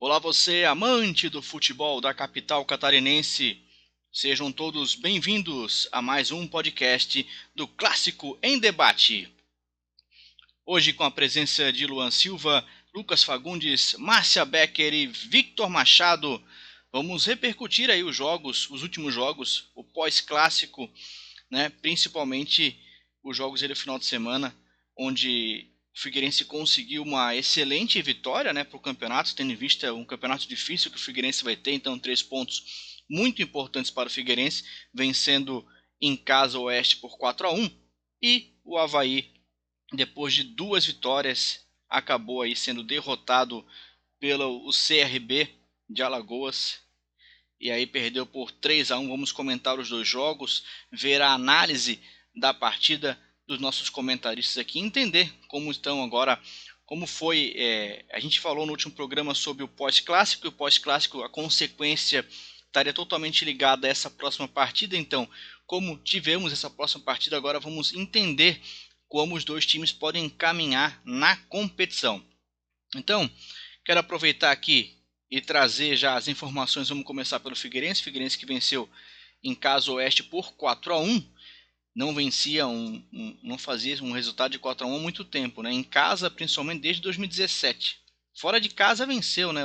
Olá você, amante do futebol da capital catarinense. Sejam todos bem-vindos a mais um podcast do Clássico em Debate. Hoje com a presença de Luan Silva, Lucas Fagundes, Márcia Becker e Victor Machado, vamos repercutir aí os últimos jogos, o pós-clássico, né? Principalmente os jogos do final de semana, onde o Figueirense conseguiu uma excelente vitória, né, para o campeonato, tendo em vista um campeonato difícil que o Figueirense vai ter, então 3 pontos muito importantes para o Figueirense, vencendo em casa o Oeste por 4-1, e o Avaí, depois de 2 vitórias, acabou aí sendo derrotado pelo CRB de Alagoas, e aí perdeu por 3-1. Vamos comentar os dois jogos, ver a análise da partida dos nossos comentaristas aqui, entender como estão agora, como foi. A gente falou no último programa sobre o pós-clássico, e o pós-clássico, a consequência estaria totalmente ligada a essa próxima partida. Então, como tivemos essa próxima partida, agora vamos entender como os dois times podem caminhar na competição. Então, quero aproveitar aqui e trazer já as informações. Vamos começar pelo Figueirense. Figueirense que venceu em casa o Oeste por 4-1. Não vencia, não fazia um resultado de 4-1 há muito tempo, né? Em casa, principalmente desde 2017. Fora de casa venceu, né?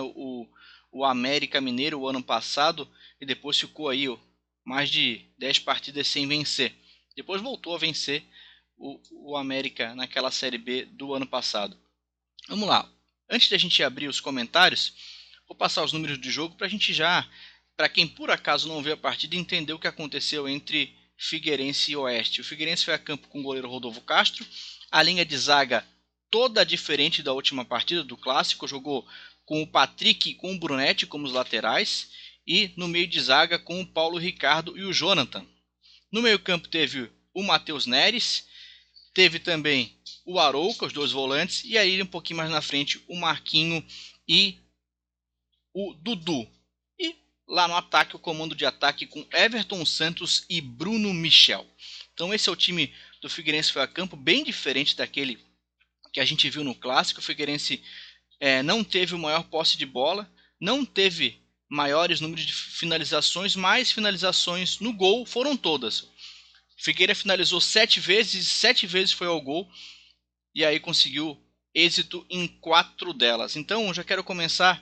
O América Mineiro o ano passado, e depois ficou aí mais de 10 partidas sem vencer. Depois voltou a vencer o América naquela Série B do ano passado. Vamos lá. Antes da gente abrir os comentários, vou passar os números do jogo para a gente já, para quem por acaso não viu a partida, entender o que aconteceu entre Figueirense e Oeste. O Figueirense foi a campo com o goleiro Rodolfo Castro, a linha de zaga toda diferente da última partida do Clássico, jogou com o Patrick e com o Brunetti como os laterais, e no meio de zaga com o Paulo Ricardo e o Jonathan. No meio campo teve o Matheus Neres, teve também o Arouca, os dois volantes, e aí um pouquinho mais na frente o Marquinho e o Dudu. E lá no ataque, o comando de ataque com Everton Santos e Bruno Michel. Então esse é o time do Figueirense foi a campo, bem diferente daquele que a gente viu no Clássico. O Figueirense não teve o maior posse de bola, não teve maiores números de finalizações, mas finalizações no gol foram todas. Figueira finalizou 7 vezes, 7 vezes foi ao gol, e aí conseguiu êxito em 4 delas. Então já quero começar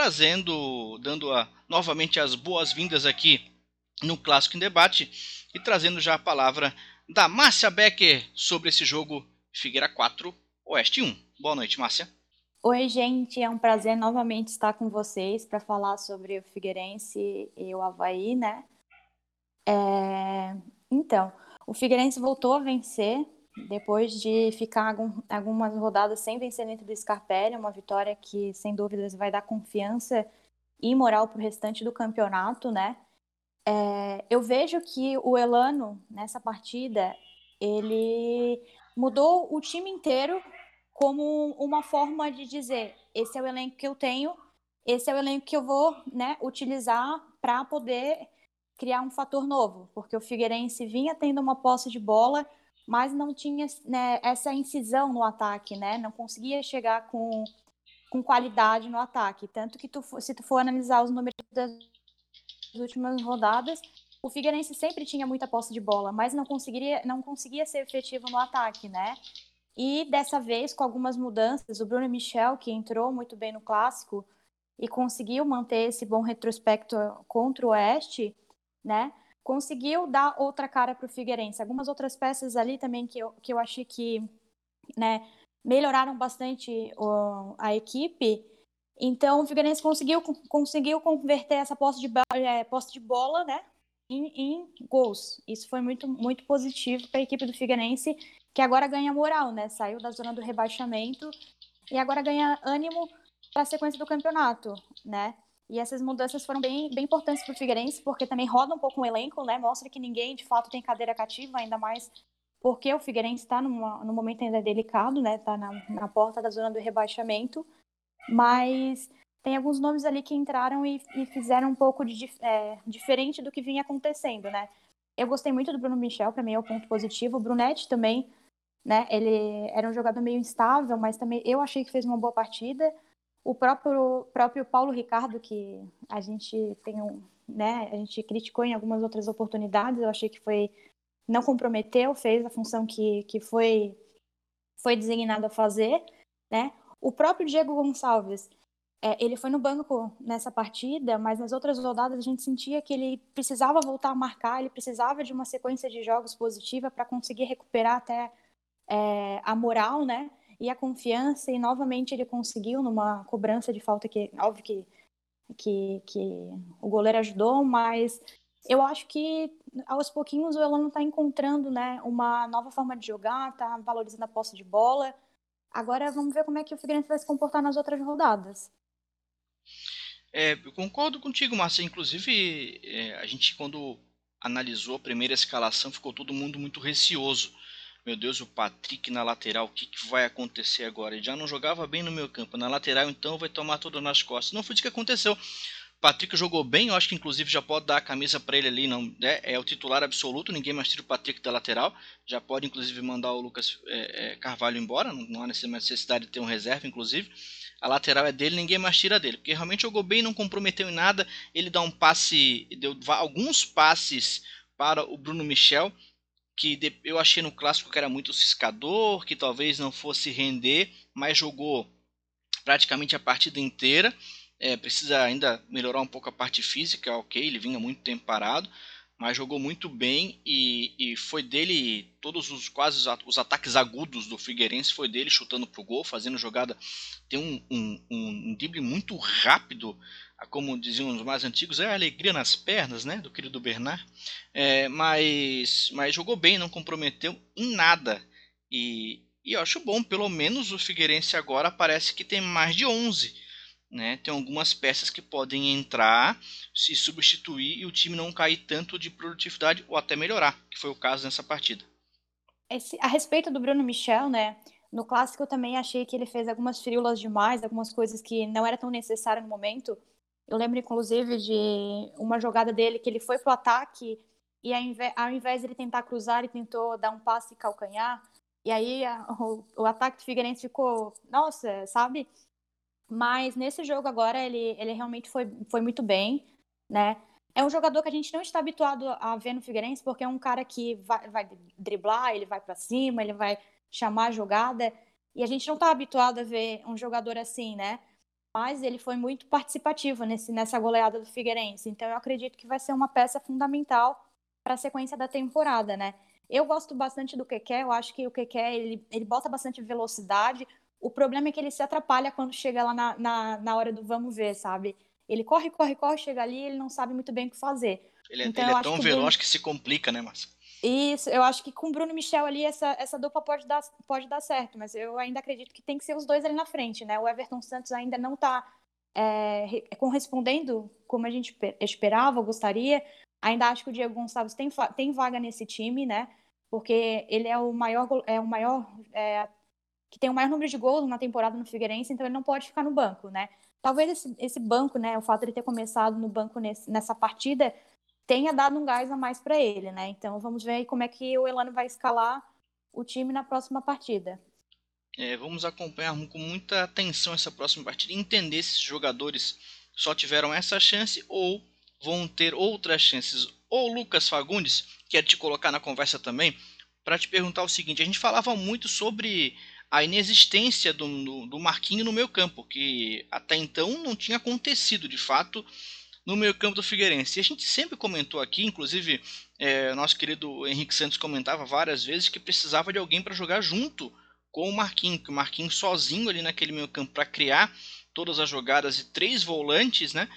dando novamente as boas-vindas aqui no Clássico em Debate, e trazendo já a palavra da Márcia Becker sobre esse jogo Figueira 4, Oeste 1. Boa noite, Márcia. Oi, gente, é um prazer novamente estar com vocês para falar sobre o Figueirense e o Avaí, né? Então, o Figueirense voltou a vencer depois de ficar algumas rodadas sem vencer dentro do Scarpelli, uma vitória que, sem dúvidas, vai dar confiança e moral para o restante do campeonato, né? Eu vejo que o Elano, nessa partida, ele mudou o time inteiro como uma forma de dizer: esse é o elenco que eu tenho, esse é o elenco que eu vou, né, utilizar para poder criar um fator novo, porque o Figueirense vinha tendo uma posse de bola, mas não tinha, né, essa incisão no ataque, né, não conseguia chegar com qualidade no ataque, tanto que se tu for analisar os números das últimas rodadas, o Figueirense sempre tinha muita posse de bola, mas não conseguia ser efetivo no ataque, né? E dessa vez, com algumas mudanças, o Bruno Michel, que entrou muito bem no Clássico e conseguiu manter esse bom retrospecto contra o Oeste, né? Conseguiu dar outra cara para o Figueirense. Algumas outras peças ali também que eu achei que, né, melhoraram bastante a equipe. Então, o Figueirense conseguiu converter essa posse de bola, né, em gols. Isso foi muito, muito positivo para a equipe do Figueirense, que agora ganha moral, né? Saiu da zona do rebaixamento e agora ganha ânimo para a sequência do campeonato, né? E essas mudanças foram bem, bem importantes para o Figueirense, porque também roda um pouco o elenco, né? Mostra que ninguém, de fato, tem cadeira cativa, ainda mais porque o Figueirense está num momento ainda delicado, né? Está na porta da zona do rebaixamento. Mas tem alguns nomes ali que entraram e fizeram um pouco diferente do que vinha acontecendo, né? Eu gostei muito do Bruno Michel, para mim é o ponto positivo. O Brunetti também, né? Ele era um jogador meio instável, mas também eu achei que fez uma boa partida. O próprio Paulo Ricardo, que a gente tem né, a gente criticou em algumas outras oportunidades, eu achei que não comprometeu, fez a função que foi designado a fazer, né? O próprio Diego Gonçalves, ele foi no banco nessa partida, mas nas outras rodadas a gente sentia que ele precisava voltar a marcar, ele precisava de uma sequência de jogos positiva para conseguir recuperar até a moral, né? E a confiança, e novamente ele conseguiu numa cobrança de falta que, óbvio que o goleiro ajudou, mas eu acho que aos pouquinhos o Elano está encontrando, né, uma nova forma de jogar, está valorizando a posse de bola. Agora vamos ver como é que o Figueirense vai se comportar nas outras rodadas. Eu concordo contigo, Márcia. Inclusive, a gente quando analisou a primeira escalação ficou todo mundo muito receoso. Meu Deus, o Patrick na lateral, o que vai acontecer agora? Ele já não jogava bem no meio campo. Na lateral, então, vai tomar tudo nas costas. Não foi isso que aconteceu. O Patrick jogou bem, eu acho que inclusive já pode dar a camisa para ele ali. Não, é o titular absoluto, ninguém mais tira o Patrick da lateral. Já pode inclusive mandar o Lucas Carvalho embora, não há necessidade de ter um reserva, inclusive. A lateral é dele, ninguém mais tira dele, porque realmente jogou bem, não comprometeu em nada. Ele dá um passe, deu alguns passes para o Bruno Michel, que eu achei no clássico que era muito ciscador, que talvez não fosse render, mas jogou praticamente a partida inteira. Precisa ainda melhorar um pouco a parte física, ok, ele vinha muito tempo parado, mas jogou muito bem e foi dele todos os ataques agudos do Figueirense, foi dele chutando pro gol, fazendo jogada, tem um drible muito rápido, como diziam os mais antigos, é a alegria nas pernas, né, do querido Bernard, mas jogou bem, não comprometeu em nada, e eu acho bom, pelo menos o Figueirense agora parece que tem mais de 11, né? Tem algumas peças que podem entrar, se substituir e o time não cair tanto de produtividade ou até melhorar, que foi o caso nessa partida. A respeito do Bruno Michel, né? No clássico eu também achei que ele fez algumas firulas demais, algumas coisas que não era tão necessário no momento. Eu lembro, inclusive, de uma jogada dele que ele foi pro ataque e ao invés de ele tentar cruzar, ele tentou dar um passe calcanhar. E aí o ataque do Figueirense ficou, nossa, sabe? Mas nesse jogo agora ele realmente foi muito bem, né? É um jogador que a gente não está habituado a ver no Figueirense, porque é um cara que vai driblar, ele vai para cima, ele vai chamar a jogada, e a gente não está habituado a ver um jogador assim, né? Mas ele foi muito participativo nessa goleada do Figueirense, então eu acredito que vai ser uma peça fundamental para a sequência da temporada, né? Eu gosto bastante do Keké, eu acho que o Keké ele bota bastante velocidade. O problema é que ele se atrapalha quando chega lá na hora do vamos ver, sabe? Ele corre, corre, corre, chega ali e ele não sabe muito bem o que fazer. Então Ele é eu acho tão que o Bruno... veloz que se complica, né, Márcio? Isso, eu acho que com o Bruno Michel ali essa dupla pode dar certo, mas eu ainda acredito que tem que ser os dois ali na frente, né? O Everton Santos ainda não tá correspondendo como a gente esperava, gostaria. Ainda acho que o Diego Gonçalves tem vaga nesse time, né? Porque ele é o maior que tem o maior número de gols na temporada no Figueirense, então ele não pode ficar no banco, né? Talvez esse banco, né, o fato de ele ter começado no banco nessa partida tenha dado um gás a mais para ele, né? Então vamos ver aí como é que o Elano vai escalar o time na próxima partida. Vamos acompanhar com muita atenção essa próxima partida e entender se esses jogadores só tiveram essa chance ou vão ter outras chances. Ou Lucas Fagundes, quero te colocar na conversa também, para te perguntar o seguinte: a gente falava muito sobre a inexistência do Marquinhos no meio campo, que até então não tinha acontecido de fato no meio campo do Figueirense. E a gente sempre comentou aqui, inclusive nosso querido Henrique Santos comentava várias vezes que precisava de alguém para jogar junto com o Marquinhos, que o Marquinhos sozinho ali naquele meio campo para criar todas as jogadas e 3 volantes, né,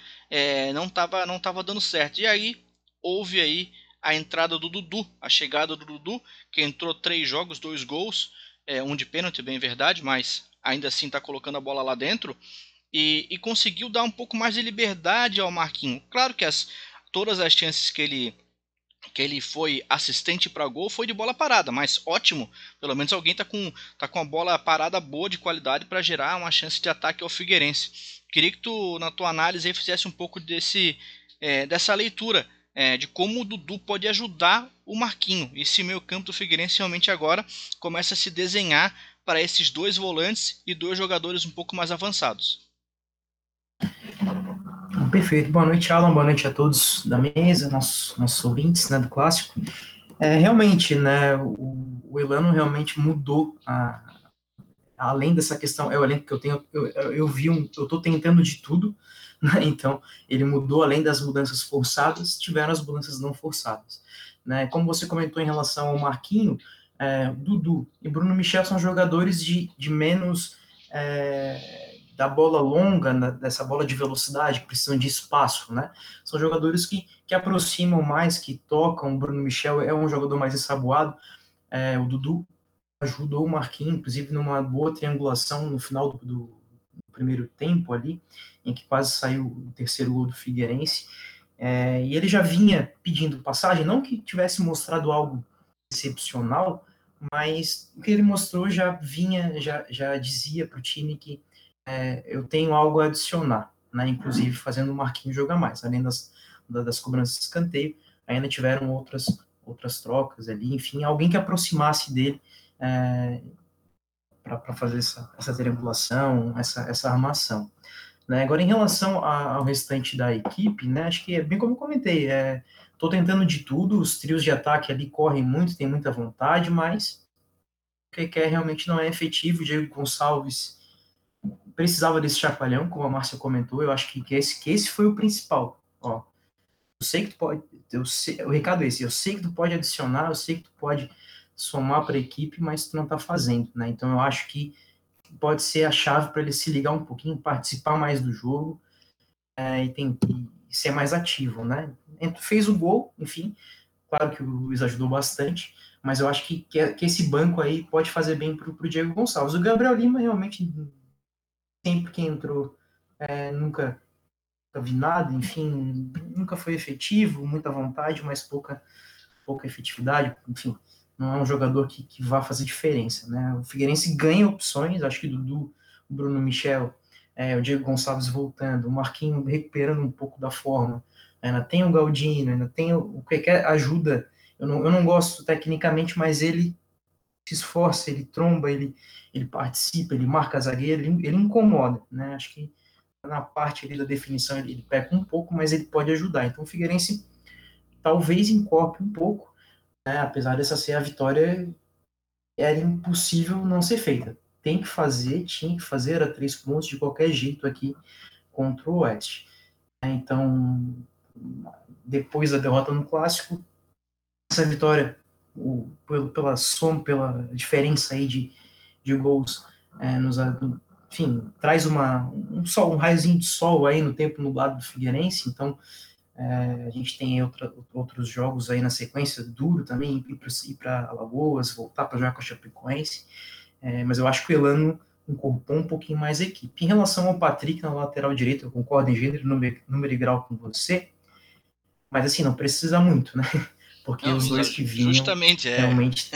não tava dando certo. E aí houve aí a entrada do Dudu, a chegada do Dudu, que entrou 3 jogos, 2 gols, um de pênalti, bem verdade, mas ainda assim está colocando a bola lá dentro, e conseguiu dar um pouco mais de liberdade ao Marquinhos. Claro que todas as chances que ele foi assistente para gol foi de bola parada, mas ótimo, pelo menos alguém tá com a bola parada boa de qualidade para gerar uma chance de ataque ao Figueirense. Queria que tu, na tua análise, aí, fizesse um pouco dessa leitura de como o Dudu pode ajudar o Marquinhos. E se meio campo do Figueirense realmente agora começa a se desenhar para esses 2 volantes e 2 jogadores um pouco mais avançados. Perfeito. Boa noite, Alan. Boa noite a todos da mesa, nossos ouvintes, né, do Clássico. Realmente, né, o Elano realmente mudou, além dessa questão, é o elenco que eu tenho, eu estou tentando de tudo, né, então ele mudou, além das mudanças forçadas, tiveram as mudanças não forçadas. Né, como você comentou em relação ao Marquinho, Dudu e Bruno Michel são jogadores de menos... da bola longa, dessa bola de velocidade, que precisam de espaço, né? São jogadores que aproximam mais, que tocam. O Bruno Michel é um jogador mais ensaboado. O Dudu ajudou o Marquinhos, inclusive, numa boa triangulação no final do primeiro tempo ali, em que quase saiu o terceiro gol do Figueirense. E ele já vinha pedindo passagem, não que tivesse mostrado algo excepcional, mas o que ele mostrou já dizia para o time que eu tenho algo a adicionar, né? Inclusive fazendo o Marquinhos jogar mais, além das cobranças de escanteio, ainda tiveram outras trocas ali, enfim, alguém que aproximasse dele para fazer essa triangulação, essa armação. Né? Agora, em relação ao restante da equipe, né, acho que é bem como eu comentei, estou tentando de tudo, os trios de ataque ali correm muito, tem muita vontade, mas o que quer realmente não é efetivo. O Diego Gonçalves precisava desse chacoalhão, como a Márcia comentou. Eu acho que esse foi o principal. Ó, eu sei que tu pode, o recado é esse, eu sei que tu pode adicionar, eu sei que tu pode somar para a equipe, mas tu não está fazendo, né? Então eu acho que pode ser a chave para ele se ligar um pouquinho, participar mais do jogo e ser mais ativo, né? Fez o gol, enfim, claro que o Luiz ajudou bastante, mas eu acho que esse banco aí pode fazer bem para o Diego Gonçalves. O Gabriel Lima realmente sempre que entrou nunca vi nada, enfim, nunca foi efetivo, muita vontade, mas pouca efetividade, enfim, não é um jogador que vá fazer diferença, né? O Figueirense ganha opções, acho que Dudu, o Bruno Michel, o Diego Gonçalves voltando, o Marquinhos recuperando um pouco da forma, ainda tem o Galdino, ainda tem o que ajuda, eu não gosto tecnicamente, mas ele se esforça, ele tromba, ele participa, ele marca zagueiro, ele incomoda, né? Acho que na parte ali da definição ele peca um pouco, mas ele pode ajudar. Então o Figueirense talvez encope um pouco, né? Apesar dessa ser a vitória, era impossível não ser feita. Tinha que fazer, era 3 pontos de qualquer jeito aqui contra o Oeste. Então, depois da derrota no Clássico, essa vitória, pela soma, pela diferença aí de gols, enfim, traz um raiozinho de sol aí no tempo nublado do Figueirense. Então, a gente tem outros jogos aí na sequência, duro também, ir para Alagoas, voltar para jogar com a Chapecoense, mas eu acho que o Elano incorporou um pouquinho mais a equipe. Em relação ao Patrick na lateral direita, eu concordo em gênero, número e grau com você, mas assim, não precisa muito, né? Porque Não, os dois que vinham justamente realmente...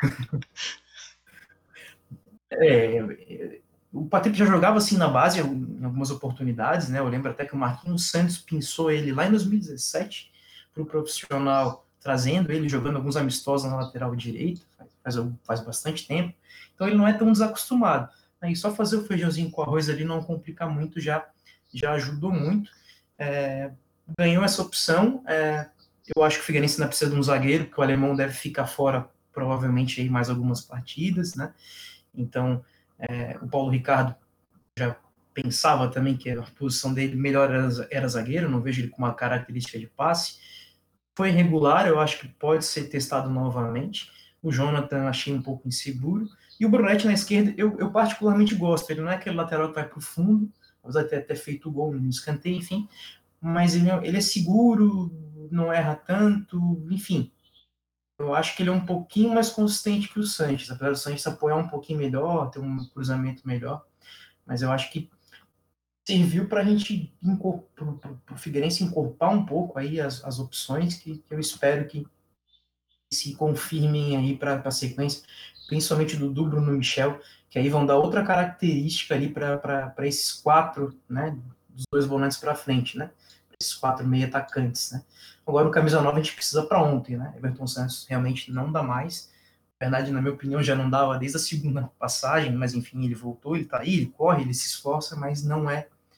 O Patrick já jogava assim na base em algumas oportunidades, né? Eu lembro até que o Marquinhos Santos pinçou ele lá em 2017 para o profissional, trazendo ele, jogando alguns amistosos na lateral direita, faz bastante tempo. Então ele não é tão desacostumado. Né? E só fazer o feijãozinho com arroz ali não complica muito, já ajudou muito. Ganhou essa opção. Eu acho que o Figueirense ainda precisa de um zagueiro, porque o alemão deve ficar fora provavelmente aí mais algumas partidas, né? Então, o Paulo Ricardo já pensava também que a posição dele melhor era zagueiro, não vejo ele com uma característica de passe. Foi irregular, eu acho que pode ser testado novamente. O Jonathan achei um pouco inseguro. E o Brunetti na esquerda, eu particularmente gosto. Ele não é aquele lateral que vai para o fundo, apesar de ter feito o gol no escanteio, enfim. Mas ele é seguro, não erra tanto, enfim. Eu acho que ele é um pouquinho mais consistente que o Sanches, apesar do Sanches apoiar um pouquinho melhor, ter um cruzamento melhor, mas eu acho que serviu para a gente, para o Figueirense encorpar um pouco aí as opções que eu espero que se confirmem aí para a sequência, principalmente do Bruno Michel, que aí vão dar outra característica ali para esses 4, né, dos 2 volantes para frente, né, esses 4 meio atacantes, né. Agora o camisa 9 a gente precisa para ontem, né, Everton Santos realmente não dá mais, na verdade, na minha opinião, já não dava desde a segunda passagem, mas enfim, ele voltou, ele tá aí, ele corre, ele se esforça, mas não é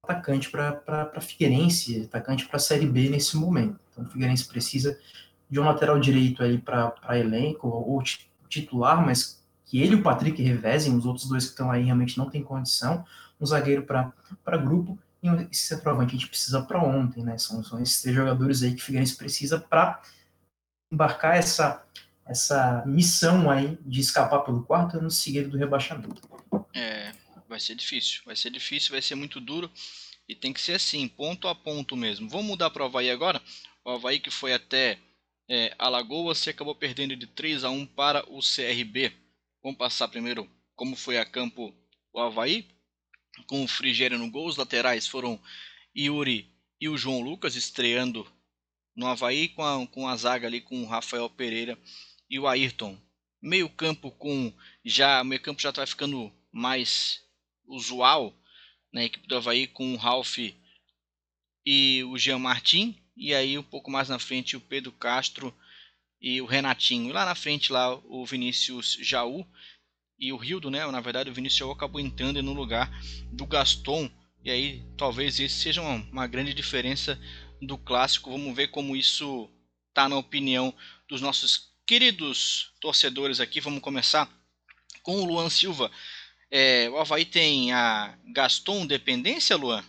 atacante para Figueirense, atacante para a Série B nesse momento. Então o Figueirense precisa de um lateral direito aí para elenco, ou titular, mas que ele e o Patrick revezem, os outros dois que estão aí realmente não tem condição, um zagueiro para grupo, e esse centroavante a gente precisa para ontem, né? São esses 3 jogadores aí que o Figueirense precisa para embarcar essa missão aí de escapar pelo 4º ano seguido do rebaixamento. Vai ser difícil, vai ser muito duro, e tem que ser assim, ponto a ponto mesmo. Vamos mudar para o Avaí agora. O Avaí que foi até Alagoas, se acabou perdendo de 3-1 para o CRB. Vamos passar primeiro como foi a campo o Avaí, com o Frigério no gol. Os laterais foram Yuri e o João Lucas, estreando no Avaí, com a zaga ali com o Rafael Pereira e o Ayrton. O meio campo já está ficando mais usual na equipe do Avaí, com o Ralf e o Jean Martin, e aí um pouco mais na frente o Pedro Castro e o Renatinho, e lá na frente lá o Vinícius Jaú e o Rildo, né? Na verdade o Vinícius Jaú acabou entrando no lugar do Gaston, e aí talvez esse seja uma grande diferença do clássico. Vamos ver como isso tá na opinião dos nossos queridos torcedores aqui. Vamos começar com o Luan Silva. O Avaí tem a Gaston dependência, Luan?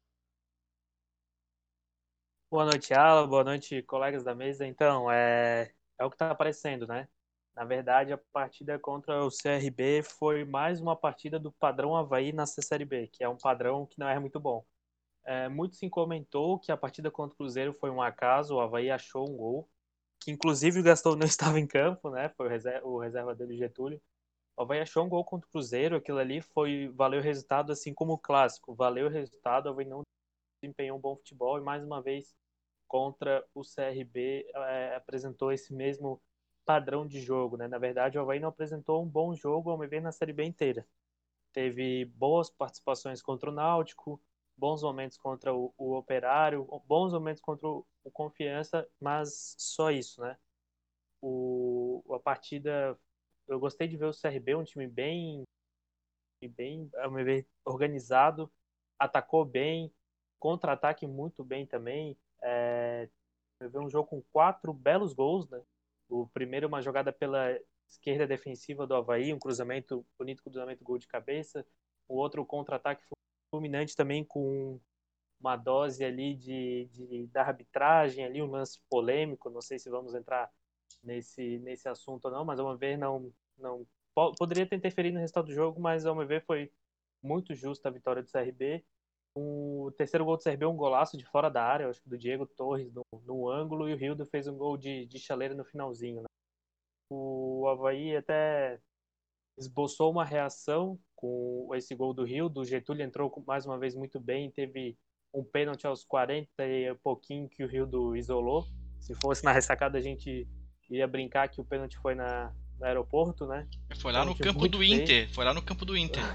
Boa noite, Alan. Boa noite, colegas da mesa. Então, é o que está aparecendo, né? Na verdade, a partida contra o CRB foi mais uma partida do padrão Avaí na Série B, que é um padrão que não é muito bom. Muito se comentou que a partida contra o Cruzeiro foi um acaso, o Avaí achou um gol, que inclusive o Gaston não estava em campo, né? Foi o reserva dele, Getúlio. O Avaí achou um gol contra o Cruzeiro, aquilo ali valeu o resultado, assim como o clássico. Valeu o resultado, o Avaí não desempenhou um bom futebol, e mais uma vez contra o CRB apresentou esse mesmo padrão de jogo, né? Na verdade, o Avaí não apresentou um bom jogo, ao meu ver, na Série B inteira. Teve boas participações contra o Náutico, bons momentos contra o Operário, bons momentos contra o Confiança, mas só isso, né? A partida, eu gostei de ver o CRB, um time bem, ao meu ver, organizado, atacou bem, contra-ataque muito bem também. Eu vi um jogo com 4 belos gols, né? O primeiro, uma jogada pela esquerda defensiva do Avaí, um cruzamento, bonito cruzamento, gol de cabeça. O outro, contra-ataque fulminante também, com uma dose ali da arbitragem, ali um lance polêmico. Não sei se vamos entrar nesse assunto ou não, mas ao meu ver não poderia ter interferido no resultado do jogo, mas ao meu ver foi muito justa a vitória do CRB. O terceiro gol do CRB é um golaço de fora da área, acho que do Diego Torres no ângulo, e o Rildo fez um gol de chaleira no finalzinho, né? O Avaí até esboçou uma reação com esse gol do Rildo. O Getúlio entrou mais uma vez muito bem, teve um pênalti aos 40 e pouquinho que o Rildo isolou. Se fosse na ressacada, a gente iria brincar que o pênalti foi no aeroporto, né? Foi lá no campo do Inter. Foi lá no campo do Inter.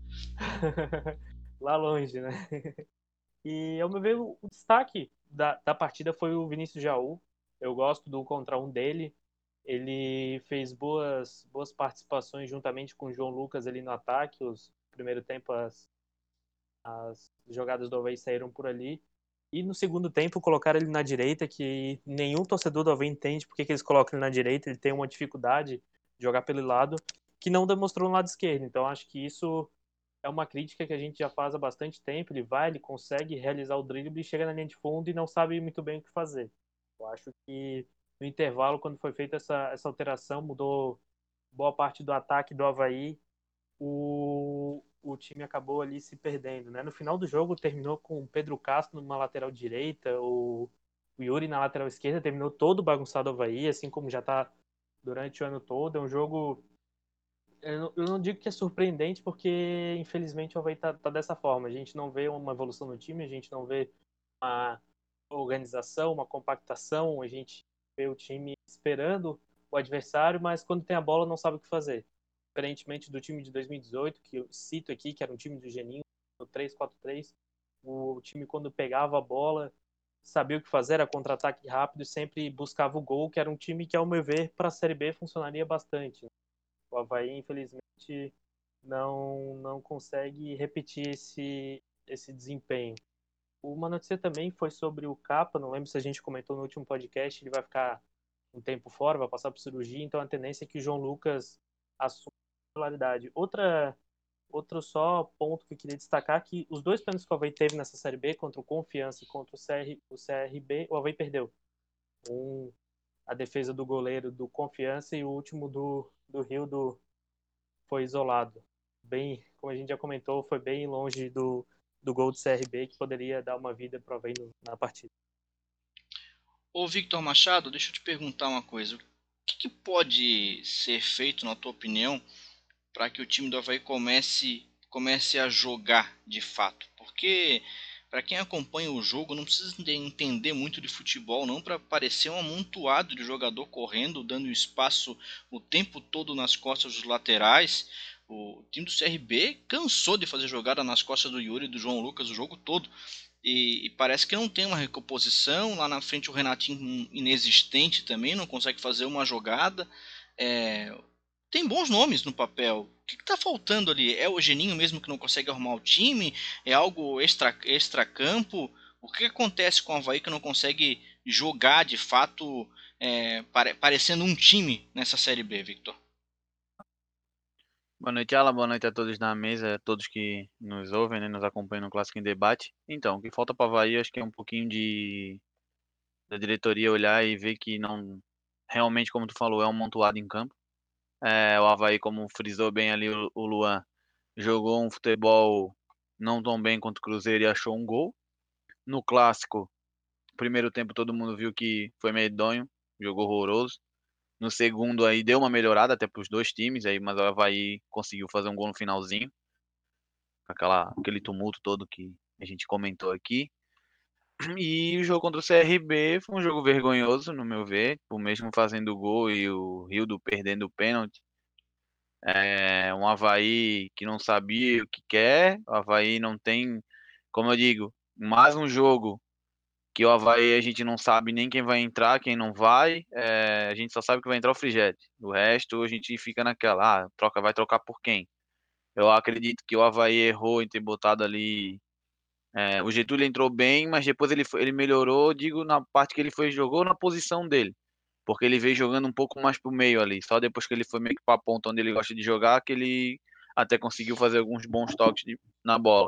Lá longe, né? E ao meu ver, o destaque da partida foi o Vinícius Jaú. Eu gosto do contra um dele. Ele fez boas participações juntamente com o João Lucas ali no ataque. No primeiro tempo, as jogadas do Avaí saíram por ali. E no segundo tempo, colocaram ele na direita, que nenhum torcedor do Avaí entende porque que eles colocam ele na direita. Ele tem uma dificuldade de jogar pelo lado, que não demonstrou no lado esquerdo. Então, acho que isso é uma crítica que a gente já faz há bastante tempo. Ele consegue realizar o drible, chega na linha de fundo e não sabe muito bem o que fazer. Eu acho que no intervalo, quando foi feita essa alteração, mudou boa parte do ataque do Avaí. O time acabou ali se perdendo, né? No final do jogo, terminou com o Pedro Castro numa lateral direita, o Yuri na lateral esquerda, terminou todo bagunçado o Avaí, assim como já está durante o ano todo. É um jogo... Eu não digo que é surpreendente, porque infelizmente o Avaí tá dessa forma. A gente não vê uma evolução no time, a gente não vê uma organização, uma compactação, a gente vê o time esperando o adversário, mas quando tem a bola não sabe o que fazer. Diferentemente do time de 2018, que eu cito aqui, que era um time do Geninho, no 3-4-3, o time quando pegava a bola sabia o que fazer, era contra-ataque rápido e sempre buscava o gol, que era um time que, ao meu ver, para a Série B funcionaria bastante. O Avaí, infelizmente, não consegue repetir esse desempenho. Uma notícia também foi sobre o Capa, não lembro se a gente comentou no último podcast, ele vai ficar um tempo fora, vai passar por cirurgia, então a tendência é que o João Lucas assuma a titularidade. Outro só ponto que eu queria destacar que os dois pênaltis que o Avaí teve nessa Série B, contra o Confiança e contra o CRB, o Avaí perdeu. A defesa do goleiro do Confiança e o último do Rio foi isolado. Bem, como a gente já comentou, foi bem longe do gol do CRB, que poderia dar uma vida para o Avaí na partida. Ô Victor Machado, deixa eu te perguntar uma coisa. O que pode ser feito, na tua opinião, para que o time do Avaí comece a jogar de fato? Porque para quem acompanha o jogo não precisa entender muito de futebol não para parecer um amontoado de jogador correndo, dando espaço o tempo todo nas costas dos laterais. O time do CRB cansou de fazer jogada nas costas do Yuri e do João Lucas o jogo todo. E parece que não tem uma recomposição. Lá na frente o Renatinho inexistente também, não consegue fazer uma jogada. Tem bons nomes no papel. O que está faltando ali? É o Geninho mesmo que não consegue arrumar o time? É algo extra-campo? O que acontece com o Avaí que não consegue jogar de fato, parecendo um time nessa Série B, Victor? Boa noite, Alan. Boa noite a todos na mesa, a todos que nos ouvem, né, nos acompanham no Clássico em Debate. Então, o que falta para o Avaí, acho que é um pouquinho da diretoria olhar e ver que não, realmente, como tu falou, é um montuado em campo. O Avaí, como frisou bem ali o Luan, jogou um futebol não tão bem contra o Cruzeiro e achou um gol. No Clássico, primeiro tempo todo mundo viu que foi medonho, jogou horroroso. No segundo aí deu uma melhorada até para os dois times, aí, mas o Avaí conseguiu fazer um gol no finalzinho, aquele tumulto todo que a gente comentou aqui. E o jogo contra o CRB foi um jogo vergonhoso, no meu ver, o mesmo fazendo gol e o Rildo perdendo o pênalti. Um Avaí que não sabia o que quer, o Avaí não tem, como eu digo, mais um jogo que o Avaí a gente não sabe nem quem vai entrar, quem não vai, a gente só sabe que vai entrar o Frigete. O resto a gente fica naquela, vai trocar por quem? Eu acredito que o Avaí errou em ter botado ali. O Getúlio entrou bem, mas depois ele melhorou, digo, na parte que ele jogou na posição dele. Porque ele veio jogando um pouco mais pro meio ali. Só depois que ele foi meio que pra ponta onde ele gosta de jogar, que ele até conseguiu fazer alguns bons toques na bola.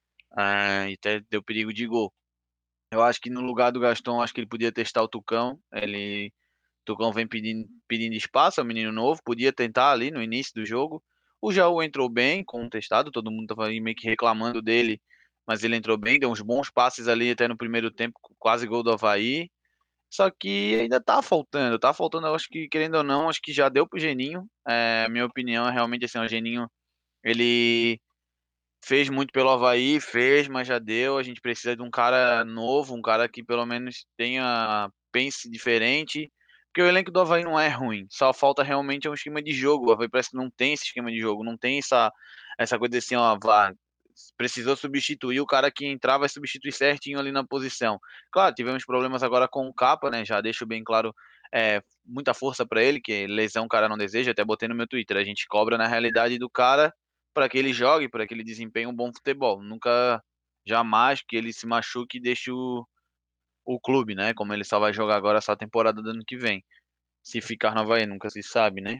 E até deu perigo de gol. Eu acho que no lugar do Gaston, acho que ele podia testar o Tucão. Tucão vem pedindo espaço, é um menino novo, podia tentar ali no início do jogo. O Jaú entrou bem, contestado, todo mundo estava meio que reclamando dele, mas ele entrou bem, deu uns bons passes ali até no primeiro tempo, quase gol do Avaí. Só que ainda tá faltando, eu acho que, querendo ou não, acho que já deu pro Geninho. Minha opinião é realmente assim, o Geninho, ele fez muito pelo Avaí, fez, mas já deu. A gente precisa de um cara novo, um cara que pelo menos pense diferente. Porque o elenco do Avaí não é ruim, só falta realmente um esquema de jogo. O Avaí parece que não tem esse esquema de jogo, não tem essa coisa assim, ó, precisou substituir, o cara que entrar vai substituir certinho ali na posição. Claro, tivemos problemas agora com o Capa, né? Já deixo bem claro, muita força para ele, que lesão o cara não deseja, até botei no meu Twitter. A gente cobra na realidade do cara para que ele jogue, para que ele desempenhe um bom futebol. Nunca, jamais que ele se machuque e deixe o clube, né? Como ele só vai jogar agora essa temporada do ano que vem. Se ficar no Avaí, nunca se sabe, né?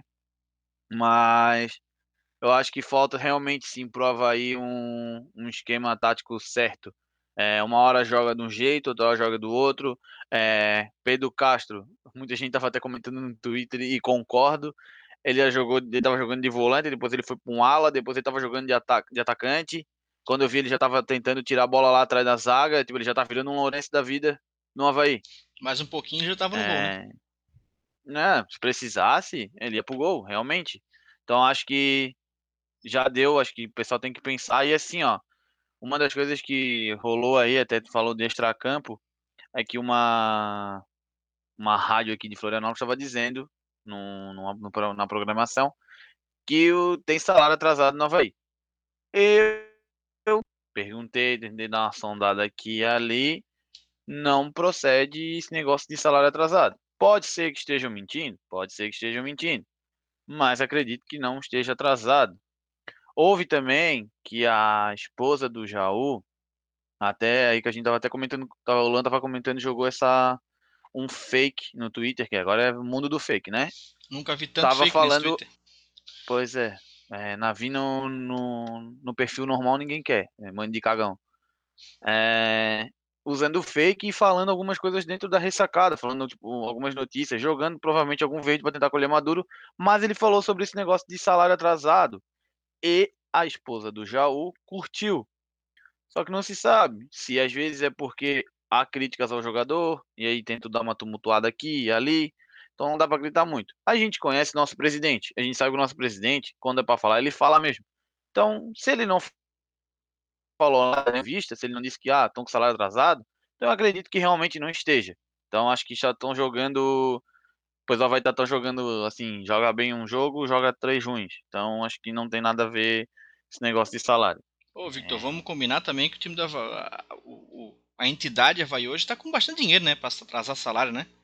Mas eu acho que falta realmente sim pro Avaí um esquema tático certo. Uma hora joga de um jeito, outra hora joga do outro. Pedro Castro, muita gente tava até comentando no Twitter e concordo. Ele tava jogando de volante, depois ele foi para um ala, depois ele tava jogando de atacante. Quando eu vi, ele já tava tentando tirar a bola lá atrás da zaga, tipo, ele já tá virando um Lourenço da vida no Avaí. Mais um pouquinho já estava no gol, né? Né, se precisasse, ele ia pro gol, realmente. Então acho que já deu, acho que o pessoal tem que pensar. E assim, ó, uma das coisas que rolou aí, até tu falou de extracampo, é que uma rádio aqui de Florianópolis estava dizendo na programação que tem salário atrasado no Avaí. Eu perguntei, tentei dar uma sondada aqui e ali, não procede esse negócio de salário atrasado. Pode ser que estejam mentindo, pode ser que estejam mentindo, mas acredito que não esteja atrasado. Houve também que a esposa do Jaú Até aí que a gente tava até comentando, o Luan tava comentando, jogou um fake no Twitter, que agora é o mundo do fake, né? Nunca vi tanto Tava fake nesse falando, Twitter. pois Navi no perfil normal ninguém quer, mãe de cagão. É, usando fake e falando algumas coisas dentro da ressacada, falando tipo, algumas notícias, jogando provavelmente algum verde para tentar colher Maduro, mas ele falou sobre esse negócio de salário atrasado e a esposa do Jaú curtiu. Só que não se sabe se às vezes é porque há críticas ao jogador e aí tenta dar uma tumultuada aqui e ali. Então não dá para gritar muito. A gente conhece nosso presidente, a gente sabe que o nosso presidente, quando é para falar, ele fala mesmo. Então, se ele não falou lá na vista, se ele não disse que estão com salário atrasado, então eu acredito que realmente não esteja. Então acho que já estão jogando, pois ela vai estar tão jogando assim, joga bem um jogo, joga três ruins. Então acho que não tem nada a ver esse negócio de salário. Ô, Victor, É, vamos combinar também que o time a entidade Havaí hoje tá com bastante dinheiro, né? Pra atrasar salário, né?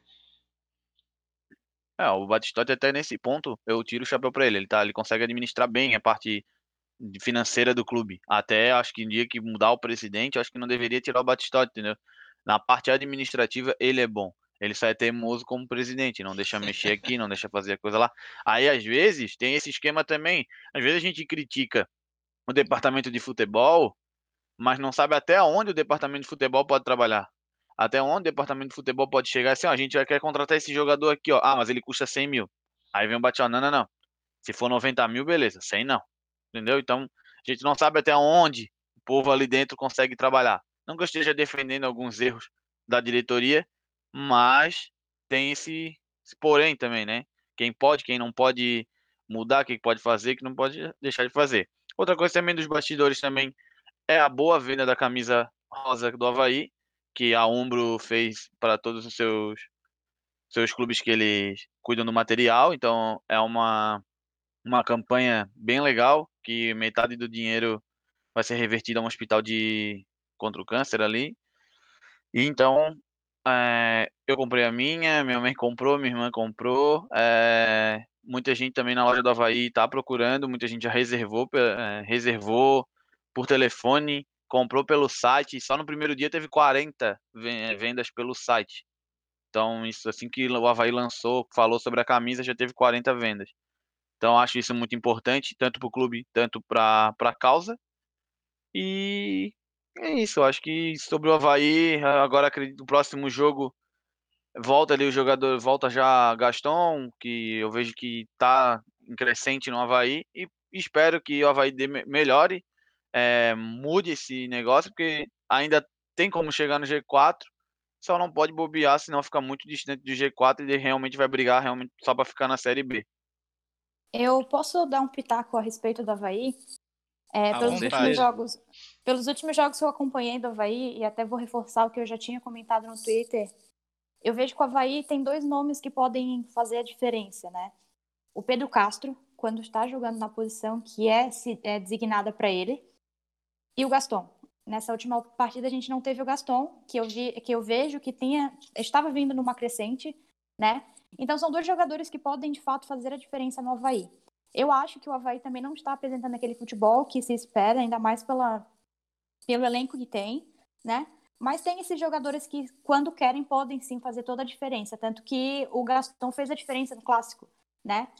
o Batistotti até nesse ponto eu tiro o chapéu para ele. Ele consegue administrar bem a parte financeira do clube. Até acho que no dia que mudar o presidente, acho que não deveria tirar o Batistotti, entendeu? Na parte administrativa, ele é bom. Ele só é teimoso como presidente, não deixa mexer aqui, não deixa fazer a coisa lá. Aí, às vezes, tem esse esquema também. Às vezes a gente critica o departamento de futebol, mas não sabe até onde o departamento de futebol pode trabalhar. Até onde o departamento de futebol pode chegar assim, ó, a gente já quer contratar esse jogador aqui, ó. Ah, mas ele custa 100 mil. Aí vem o Batistotti, não, não, não. Se for 90 mil, beleza. 100 não. Entendeu? Então, a gente não sabe até onde o povo ali dentro consegue trabalhar. Não que eu esteja defendendo alguns erros da diretoria, mas tem esse porém também, né? Quem pode, quem não pode mudar, quem pode fazer, que não pode deixar de fazer. Outra coisa também dos bastidores também é a boa venda da camisa rosa do Avaí, que a Umbro fez para todos os seus clubes que eles cuidam do material. Então, é uma campanha bem legal, que metade do dinheiro vai ser revertido a um hospital contra o câncer ali. E então, eu comprei a minha mãe comprou, minha irmã comprou. Muita gente também na loja do Avaí está procurando, muita gente já reservou por telefone, comprou pelo site. Só no primeiro dia teve 40 vendas pelo site. Então, isso assim que o Avaí lançou, falou sobre a camisa, já teve 40 vendas. Então, acho isso muito importante, tanto para o clube, tanto para a causa. E é isso, eu acho que sobre o Avaí, agora acredito que o próximo jogo volta ali o jogador, volta já Gaston, que eu vejo que está em crescente no Avaí, e espero que o Avaí melhore, mude esse negócio, porque ainda tem como chegar no G4, só não pode bobear, senão fica muito distante do G4 e ele realmente vai brigar realmente só para ficar na Série B. Eu posso dar um pitaco a respeito do Havaí? À Pelos últimos vontade. jogos, pelos últimos jogos que eu acompanhei do Havaí, e até vou reforçar o que eu já tinha comentado no Twitter, eu vejo que o Havaí tem dois nomes que podem fazer a diferença, né? O Pedro Castro, quando está jogando na posição que é designada para ele, e o Gaston. Nessa última partida a gente não teve o Gaston, que eu vejo que estava vindo numa crescente, né? Então são dois jogadores que podem de fato fazer a diferença no Havaí. Eu acho que o Havaí também não está apresentando aquele futebol que se espera, ainda mais pelo elenco que tem, né? Mas tem esses jogadores que, quando querem, podem sim fazer toda a diferença. Tanto que o Gaston fez a diferença no clássico, né?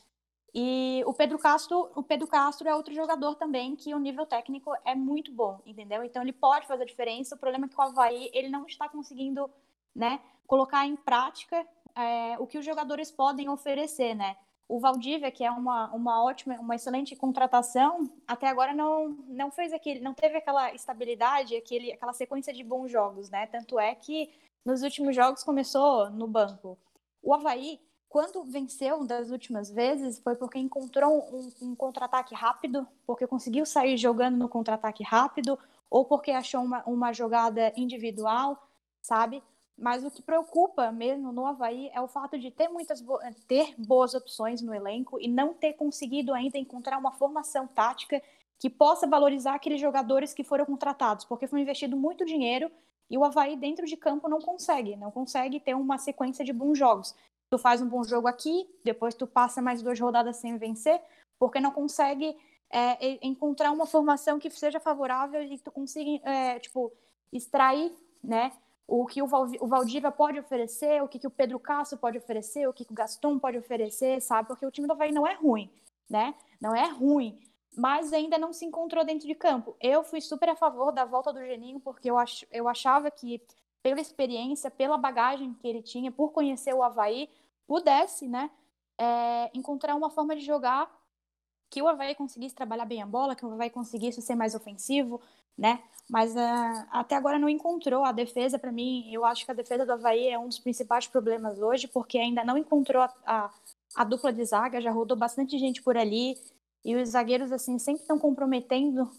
E o Pedro Castro é outro jogador também que o nível técnico é muito bom, entendeu? Então ele pode fazer a diferença. O problema é que o Havaí ele não está conseguindo, né, colocar em prática o que os jogadores podem oferecer, né? O Valdívia, que é uma excelente contratação, até agora não fez não teve aquela estabilidade, aquela sequência de bons jogos, né? Tanto é que nos últimos jogos começou no banco. O Havaí, quando venceu das últimas vezes, foi porque encontrou um contra-ataque rápido, porque conseguiu sair jogando no contra-ataque rápido, ou porque achou uma jogada individual, sabe? Mas o que preocupa mesmo no Havaí é o fato de ter boas opções no elenco e não ter conseguido ainda encontrar uma formação tática que possa valorizar aqueles jogadores que foram contratados, porque foi investido muito dinheiro e o Havaí dentro de campo não consegue ter uma sequência de bons jogos. Tu faz um bom jogo aqui, depois tu passa mais 2 rodadas sem vencer, porque não consegue encontrar uma formação que seja favorável e tu consiga, extrair, né, o que o Valdívia pode oferecer, o que o Pedro Castro pode oferecer, o que o Gaston pode oferecer, sabe? Porque o time do Avaí não é ruim, né? Não é ruim, mas ainda não se encontrou dentro de campo. Eu fui super a favor da volta do Geninho, porque eu achava que, pela experiência, pela bagagem que ele tinha, por conhecer o Avaí, pudesse, né, encontrar uma forma de jogar que o Avaí conseguisse trabalhar bem a bola, que o Avaí conseguisse ser mais ofensivo, né? Mas até agora não encontrou a defesa. Para mim, eu acho que a defesa do Avaí é um dos principais problemas hoje, porque ainda não encontrou a dupla de zaga, já rodou bastante gente por ali, e os zagueiros, assim, sempre estão comprometendo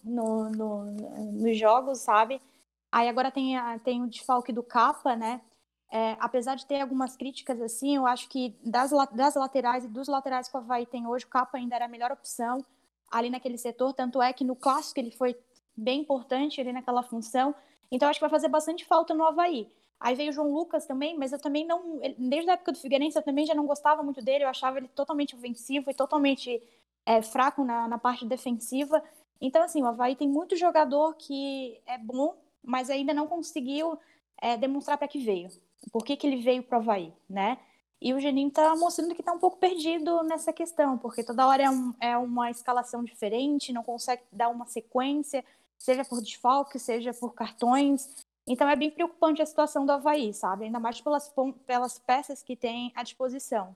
nos jogos, sabe? Aí agora tem o desfalque do Capa, né? Apesar de ter algumas críticas, assim, eu acho que das laterais e dos laterais que o Avaí tem hoje, o Capa ainda era a melhor opção ali naquele setor, tanto é que no Clássico ele foi bem importante ali naquela função, então acho que vai fazer bastante falta no Avaí. Aí veio o João Lucas também, mas eu também não, desde a época do Figueirense eu também já não gostava muito dele, eu achava ele totalmente ofensivo e totalmente fraco na parte defensiva, então assim, o Avaí tem muito jogador que é bom, mas ainda não conseguiu demonstrar para que veio. Por que ele veio para o Avaí, né? E o Geninho tá mostrando que tá um pouco perdido nessa questão, porque toda hora é uma escalação diferente, não consegue dar uma sequência, seja por desfalque, seja por cartões. Então é bem preocupante a situação do Avaí, sabe? Ainda mais pelas peças que tem à disposição.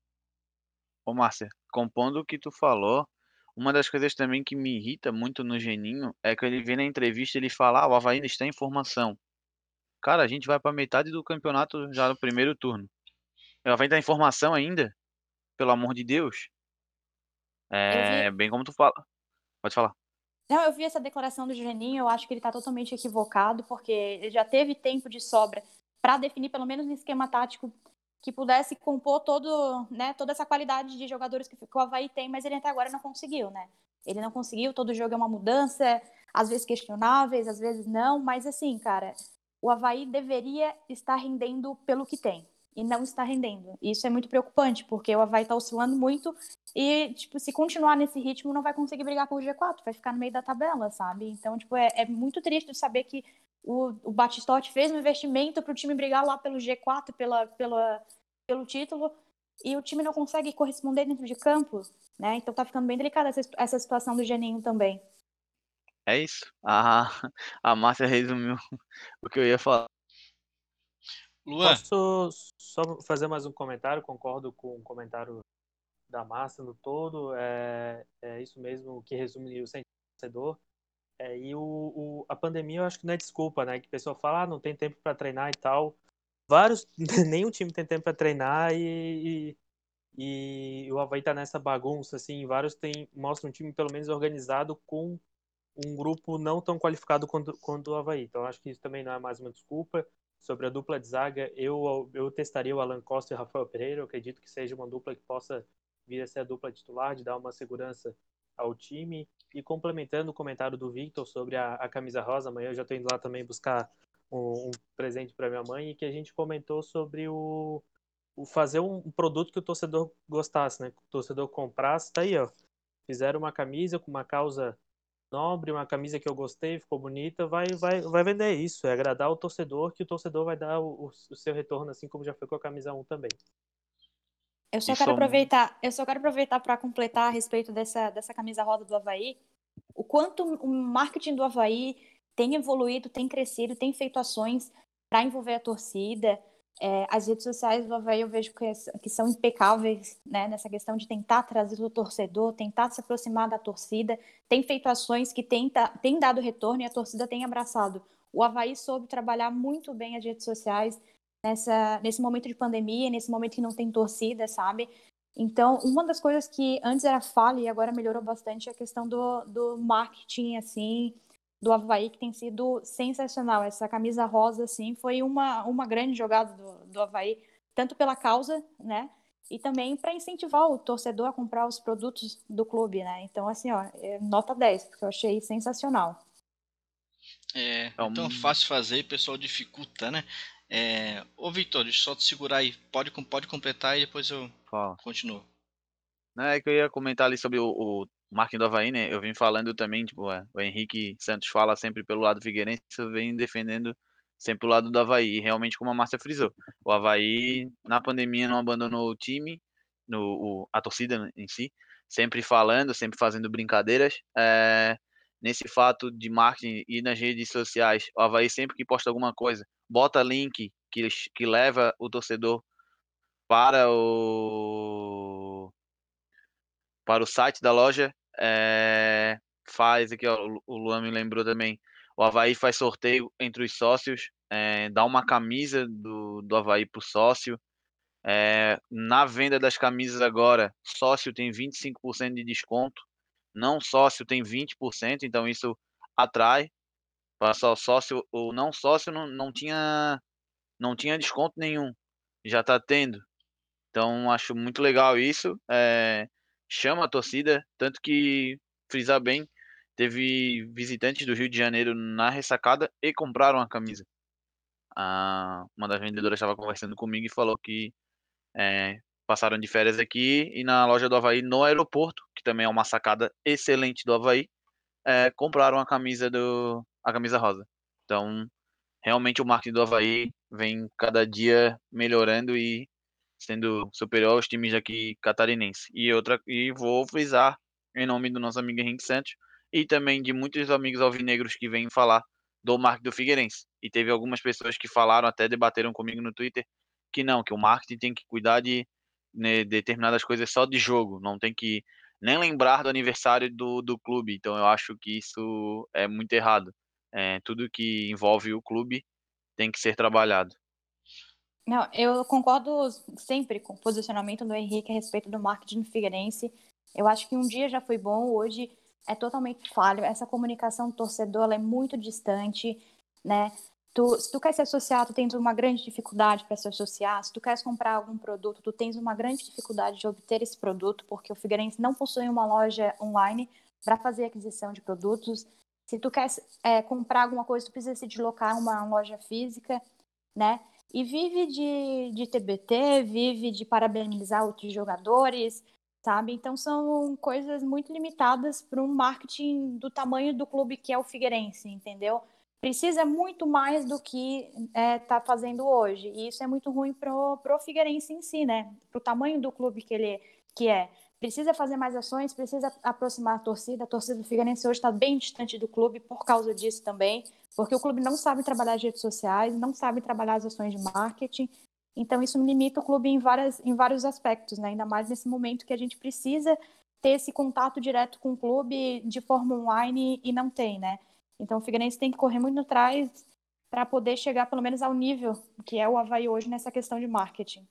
Ô, Márcia, compondo o que tu falou, uma das coisas também que me irrita muito no Geninho é que ele vem na entrevista e ele fala, o Avaí ainda está em formação. Cara, a gente vai pra metade do campeonato já no primeiro turno. O Avaí tá em formação ainda? Pelo amor de Deus. Eu É vi, bem como tu fala. Pode falar. não, eu vi essa declaração do Geninho, eu acho que ele tá totalmente equivocado, porque ele já teve tempo de sobra para definir pelo menos um esquema tático que pudesse compor toda essa qualidade de jogadores que o Avaí tem, mas ele até agora não conseguiu, né? Ele não conseguiu, todo jogo é uma mudança, às vezes questionáveis, às vezes não, mas assim, cara, o Avaí deveria estar rendendo pelo que tem, e não está rendendo. E isso é muito preocupante, porque o Avaí está oscilando muito e, tipo, se continuar nesse ritmo, não vai conseguir brigar por G4, vai ficar no meio da tabela, sabe? Então, tipo, é muito triste saber que o Batistotti fez um investimento para o time brigar lá pelo G4, pelo título, e o time não consegue corresponder dentro de campo, né? Então tá ficando bem delicada essa situação do Geninho também. É isso. A Márcia resumiu o que eu ia falar. Luan, Posso só fazer mais um comentário? Concordo com o comentário da Márcia no todo. É isso mesmo que resume o sentimento do torcedor. E a pandemia eu acho que não é desculpa, né? Que o pessoal fala, não tem tempo para treinar e tal. Nenhum time tem tempo para treinar e o Avaí tá nessa bagunça, assim, mostram um time pelo menos organizado com um grupo não tão qualificado quanto o Avaí. Então acho que isso também não é mais uma desculpa. Sobre a dupla de zaga, eu testaria o Alan Costa e o Rafael Pereira. Eu acredito que seja uma dupla que possa vir a ser a dupla titular, de dar uma segurança ao time. E complementando o comentário do Victor sobre a camisa rosa, amanhã eu já estou indo lá também buscar um presente para minha mãe, e que a gente comentou sobre o fazer um produto que o torcedor gostasse, né? Que o torcedor comprasse. Tá aí, ó. Fizeram uma camisa com uma causa nobre, uma camisa que eu gostei, ficou bonita, vai vender isso, é agradar o torcedor, que o torcedor vai dar o seu retorno, assim como já foi com a camisa 1 também. Eu só Isso quero é aproveitar para completar a respeito dessa camisa rosa do Avaí, o quanto o marketing do Avaí tem evoluído, tem crescido, tem feito ações para envolver a torcida. As redes sociais do Avaí eu vejo que são impecáveis, né, nessa questão de tentar trazer o torcedor, tentar se aproximar da torcida, tem feito ações que tem dado retorno e a torcida tem abraçado. O Avaí soube trabalhar muito bem as redes sociais nesse momento de pandemia, nesse momento que não tem torcida, sabe? Então, uma das coisas que antes era falha e agora melhorou bastante é a questão do marketing, assim, do Avaí, que tem sido sensacional. Essa camisa rosa, assim, foi uma grande jogada do Avaí, tanto pela causa, né, e também para incentivar o torcedor a comprar os produtos do clube, né. Então, assim, ó, nota 10, porque eu achei sensacional. é tão um. fácil fazer e o pessoal dificulta, né? Ô Victor, deixa eu só te segurar aí. Pode completar e depois eu Fala. continuo. Não, é que eu ia comentar ali sobre o marketing do Avaí, né, eu vim falando também, tipo, o Henrique Santos fala sempre pelo lado figueirense, eu venho defendendo sempre o lado do Avaí, e realmente como a Márcia frisou, o Avaí na pandemia não abandonou o time, a torcida em si, sempre falando, sempre fazendo brincadeiras, nesse fato de marketing e nas redes sociais, o Avaí sempre que posta alguma coisa, bota link que leva o torcedor para o site da loja, faz aqui, ó, o Luan me lembrou também, o Avaí faz sorteio entre os sócios, dá uma camisa do Avaí pro sócio, na venda das camisas agora, sócio tem 25% de desconto, não sócio tem 20%, então isso atrai, para sócio ou não sócio não tinha desconto nenhum, já está tendo. Então acho muito legal isso, chama a torcida, tanto que, frisar bem, teve visitantes do Rio de Janeiro na ressacada e compraram a camisa. Uma das vendedoras estava conversando comigo e falou que passaram de férias aqui e na loja do Avaí no aeroporto, que também é uma sacada excelente do Avaí, compraram a camisa rosa. Então realmente o marketing do Avaí vem cada dia melhorando e sendo superior aos times aqui catarinense. E vou frisar em nome do nosso amigo Henrique Santos e também de muitos amigos alvinegros que vêm falar do marketing do Figueirense. E teve algumas pessoas que falaram, até debateram comigo no Twitter, que não, que o marketing tem que cuidar de, né, determinadas coisas só de jogo, não tem que nem lembrar do aniversário do clube. Então eu acho que isso é muito errado. Tudo que envolve o clube tem que ser trabalhado. Não, eu concordo sempre com o posicionamento do Henrique a respeito do marketing do Figueirense. Eu acho que um dia já foi bom, hoje é totalmente falho. Essa comunicação do torcedor ela é muito distante, né? Se tu quer se associar, tu tens uma grande dificuldade para se associar. Se tu queres comprar algum produto, tu tens uma grande dificuldade de obter esse produto, porque o Figueirense não possui uma loja online para fazer aquisição de produtos. Se tu quer comprar alguma coisa, tu precisa se deslocar a uma loja física, né? E vive de TBT, vive de parabenizar outros jogadores, sabe? Então são coisas muito limitadas para um marketing do tamanho do clube que é o Figueirense, entendeu? Precisa muito mais do que tá fazendo hoje. E isso é muito ruim pro Figueirense em si, né? Pro tamanho do clube que é. Precisa fazer mais ações, precisa aproximar a torcida. A torcida do Figueirense hoje está bem distante do clube por causa disso também, porque o clube não sabe trabalhar as redes sociais, não sabe trabalhar as ações de marketing. Então isso limita o clube em vários aspectos, né? Ainda mais nesse momento que a gente precisa ter esse contato direto com o clube de forma online e não tem, né? Então o Figueirense tem que correr muito atrás para poder chegar pelo menos ao nível que é o Avaí hoje nessa questão de marketing.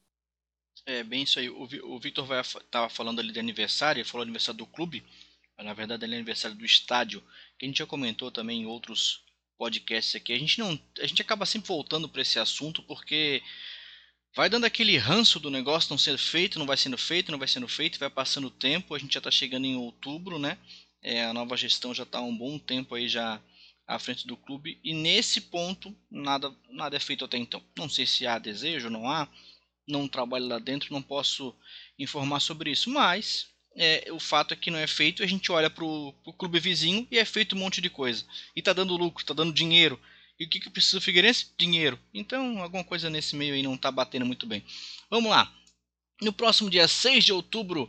É bem isso aí. O Victor tava falando ali de aniversário, ele falou aniversário do clube, mas na verdade ele é aniversário do estádio, que a gente já comentou também em outros podcasts aqui. A gente acaba sempre voltando para esse assunto porque vai dando aquele ranço do negócio não sendo feito, não vai sendo feito, não vai sendo feito, vai passando o tempo, a gente já está chegando em outubro, né? A nova gestão já está há um bom tempo aí já à frente do clube e nesse ponto nada é feito até então. Não sei se há desejo, não há, não trabalho lá dentro, não posso informar sobre isso, mas o fato é que não é feito, a gente olha para o clube vizinho e é feito um monte de coisa. E tá dando lucro, tá dando dinheiro. E o que precisa do Figueirense? Dinheiro. Então alguma coisa nesse meio aí não tá batendo muito bem. Vamos lá. No próximo dia 6 de outubro,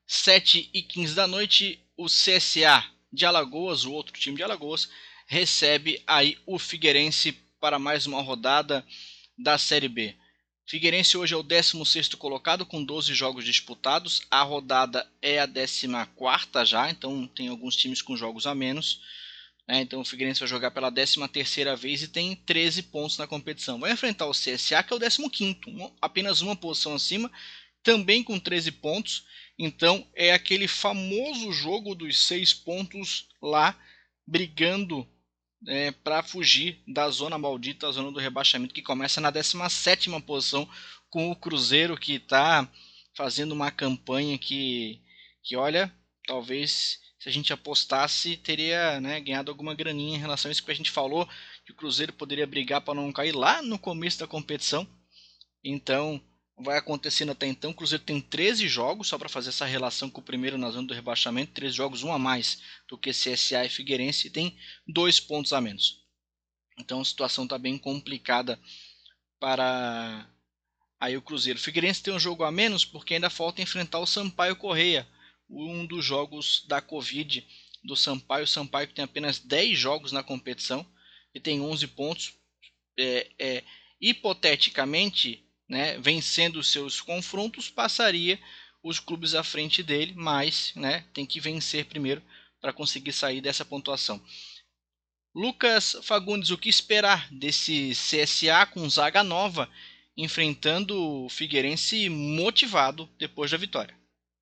7h15 da noite, o CSA de Alagoas, o outro time de Alagoas, recebe aí o Figueirense para mais uma rodada da Série B. Figueirense hoje é o 16º colocado com 12 jogos disputados. A rodada é a 14ª já, então tem alguns times com jogos a menos. Então o Figueirense vai jogar pela 13ª vez e tem 13 pontos na competição. Vai enfrentar o CSA, que é o 15º, apenas uma posição acima, também com 13 pontos. Então é aquele famoso jogo dos 6 pontos lá, brigando para fugir da zona maldita, a zona do rebaixamento, que começa na 17ª posição, com o Cruzeiro, que está fazendo uma campanha que olha, talvez se a gente apostasse, teria ganhado alguma graninha em relação a isso que a gente falou, que o Cruzeiro poderia brigar para não cair lá no começo da competição. Então vai acontecendo até então. O Cruzeiro tem 13 jogos, só para fazer essa relação com o primeiro na zona do rebaixamento, 13 jogos, um a mais do que CSA e Figueirense, e tem 2 pontos a menos. Então a situação está bem complicada para aí o Cruzeiro. O Figueirense tem um jogo a menos porque ainda falta enfrentar o Sampaio Corrêa, um dos jogos da Covid do Sampaio. O Sampaio tem apenas 10 jogos na competição e tem 11 pontos. Hipoteticamente, né, vencendo os seus confrontos, passaria os clubes à frente dele, mas, né, tem que vencer primeiro para conseguir sair dessa pontuação. Lucas Fagundes, o que esperar desse CSA com zaga nova, enfrentando o Figueirense motivado depois da vitória?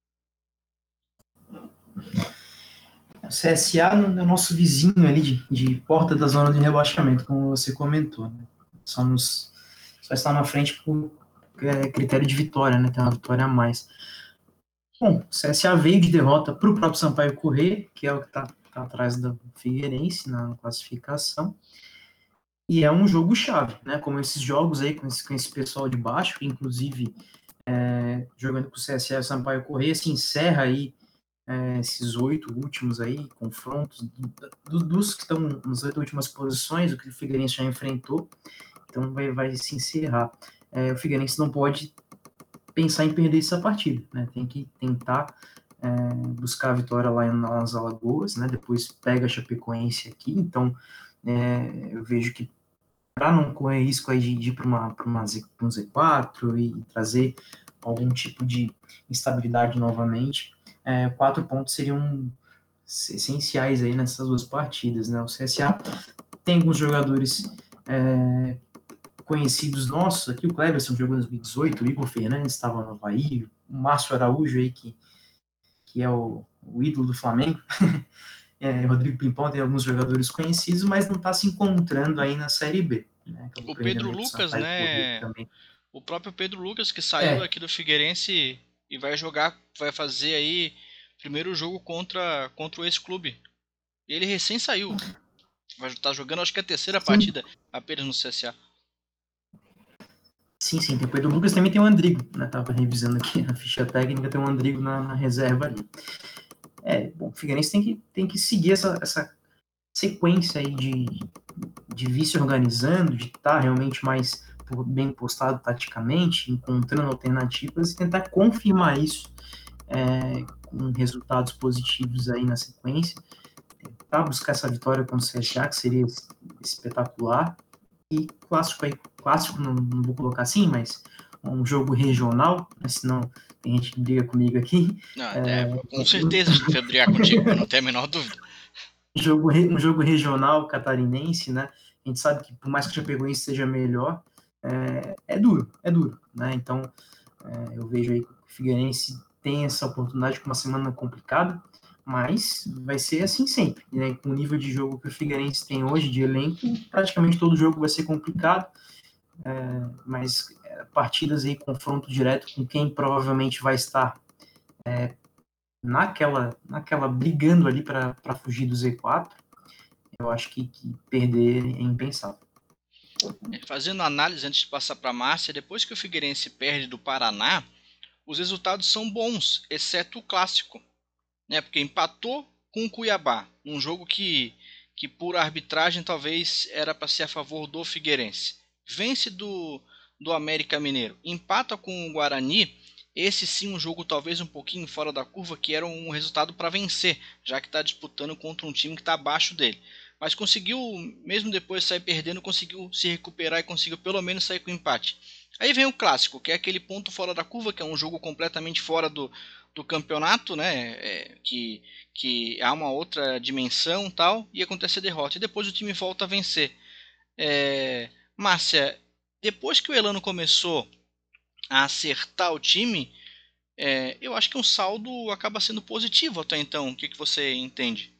O CSA é o nosso vizinho ali de porta da zona de rebaixamento, como você comentou, né? Só está na frente por critério de vitória, né? Tem uma vitória a mais. Bom, o CSA veio de derrota para o próprio Sampaio Corrêa, que é o que está atrás do Figueirense na classificação. E é um jogo chave, né? Como esses jogos aí, com esse pessoal de baixo, inclusive jogando com o CSA e o Sampaio Corrêa, se encerra aí esses 8 últimos aí, confrontos, dos que estão nas 8 últimas posições, o que o Figueirense já enfrentou, então vai se encerrar. O Figueirense não pode pensar em perder essa partida, né? Tem que tentar buscar a vitória lá nas Alagoas, né? Depois pega a Chapecoense aqui, então eu vejo que para não correr risco aí de ir para um Z4 e trazer algum tipo de instabilidade novamente, 4 pontos seriam essenciais aí nessas duas partidas, né? O CSA tem alguns jogadores conhecidos nossos aqui, o Cleberson jogou em 2018, o Igor Fernandes estava no Avaí, o Márcio Araújo aí, que é o ídolo do Flamengo, Rodrigo Pimpão tem alguns jogadores conhecidos, mas não está se encontrando aí na Série B. Né? O Pedro Lucas, né? O próprio Pedro Lucas, que saiu aqui do Figueirense e vai fazer aí primeiro jogo contra o ex-clube. Ele recém saiu. Vai estar jogando, acho que a terceira partida apenas no CSA. Sim, tem o Pedro Lucas, também tem o Andrigo, né? Tava revisando aqui na ficha técnica, tem o Andrigo na reserva ali. Bom, o Figueirense tem que seguir essa sequência aí de vir se organizando, de estar realmente mais bem postado taticamente, encontrando alternativas e tentar confirmar isso com resultados positivos aí na sequência, tentar buscar essa vitória contra o CSA, que seria espetacular, e clássico não vou colocar assim, mas um jogo regional, né, senão tem gente que briga comigo aqui. Com certeza a gente vai brigar contigo, não tem a menor dúvida. Um jogo regional catarinense, né? A gente sabe que por mais que o Chapecoense seja melhor, é duro, né? Então, eu vejo aí que o Figueirense tem essa oportunidade com uma semana complicada, mas vai ser assim sempre, né? Com o nível de jogo que o Figueirense tem hoje de elenco, praticamente todo jogo vai ser complicado, mas partidas aí, confronto direto com quem provavelmente vai estar naquela brigando ali para fugir do Z4, eu acho que perder é impensável. Fazendo análise antes de passar para a Márcia, depois que o Figueirense perde do Paraná, os resultados são bons, exceto o clássico, né? Porque empatou com o Cuiabá, um jogo que por arbitragem talvez era para ser a favor do Figueirense. Vence do América Mineiro, empata com o Guarani. Esse sim um jogo talvez um pouquinho fora da curva, que era um resultado para vencer, já que está disputando contra um time que está abaixo dele. Mas conseguiu, mesmo depois de sair perdendo, conseguiu se recuperar e conseguiu pelo menos sair com empate. Aí vem o clássico, que é aquele ponto fora da curva, que é um jogo completamente fora do campeonato, né? Que há uma outra dimensão tal, e acontece a derrota. E depois o time volta a vencer. Márcia, depois que o Elano começou a acertar o time, eu acho que o saldo acaba sendo positivo até então. O que você entende?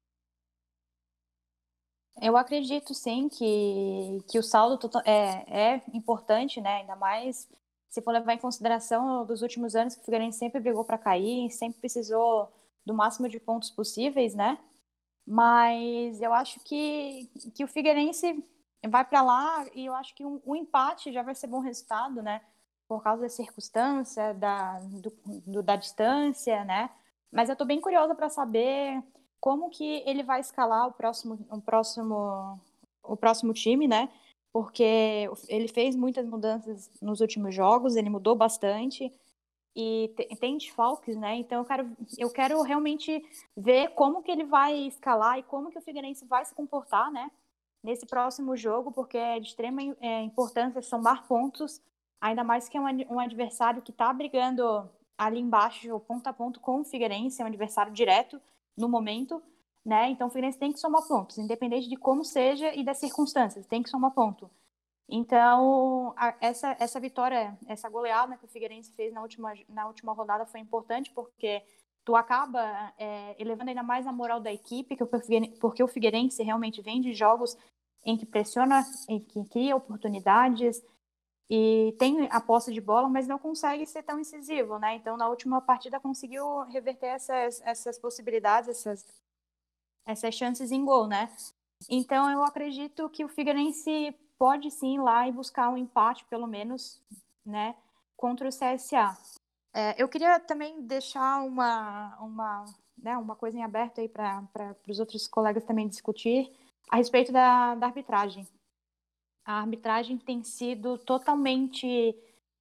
Eu acredito sim que o saldo é importante, né? Ainda mais se for levar em consideração dos últimos anos que o Figueirense sempre brigou para cair, sempre precisou do máximo de pontos possíveis, né? Mas eu acho que o Figueirense vai para lá e eu acho que um empate já vai ser bom resultado, né? por causa da circunstância, da distância, né? Mas eu estou bem curiosa para saber como que ele vai escalar o próximo time, né? Porque ele fez muitas mudanças nos últimos jogos, ele mudou bastante e tem desfalques, né? Então eu quero realmente ver como que ele vai escalar e como que o Figueirense vai se comportar, né? Nesse próximo jogo, porque é de extrema importância somar pontos, ainda mais que é um adversário que está brigando ali embaixo, ponto a ponto com o Figueirense, é um adversário direto no momento, né? Então o Figueirense tem que somar pontos, independente de como seja e das circunstâncias, tem que somar ponto. Então, essa vitória, essa goleada que o Figueirense fez na última rodada foi importante, porque tu acaba elevando ainda mais a moral da equipe, porque o Figueirense realmente vem de jogos em que pressiona, em que cria oportunidades e tem a posse de bola, mas não consegue ser tão incisivo, né? Então, na última partida conseguiu reverter essas possibilidades, essas chances em gol, né? Então, eu acredito que o Figueirense pode sim ir lá e buscar um empate, pelo menos, né, contra o CSA. Eu queria também deixar uma coisa em aberto aí para os outros colegas também discutir a respeito da arbitragem. A arbitragem tem sido totalmente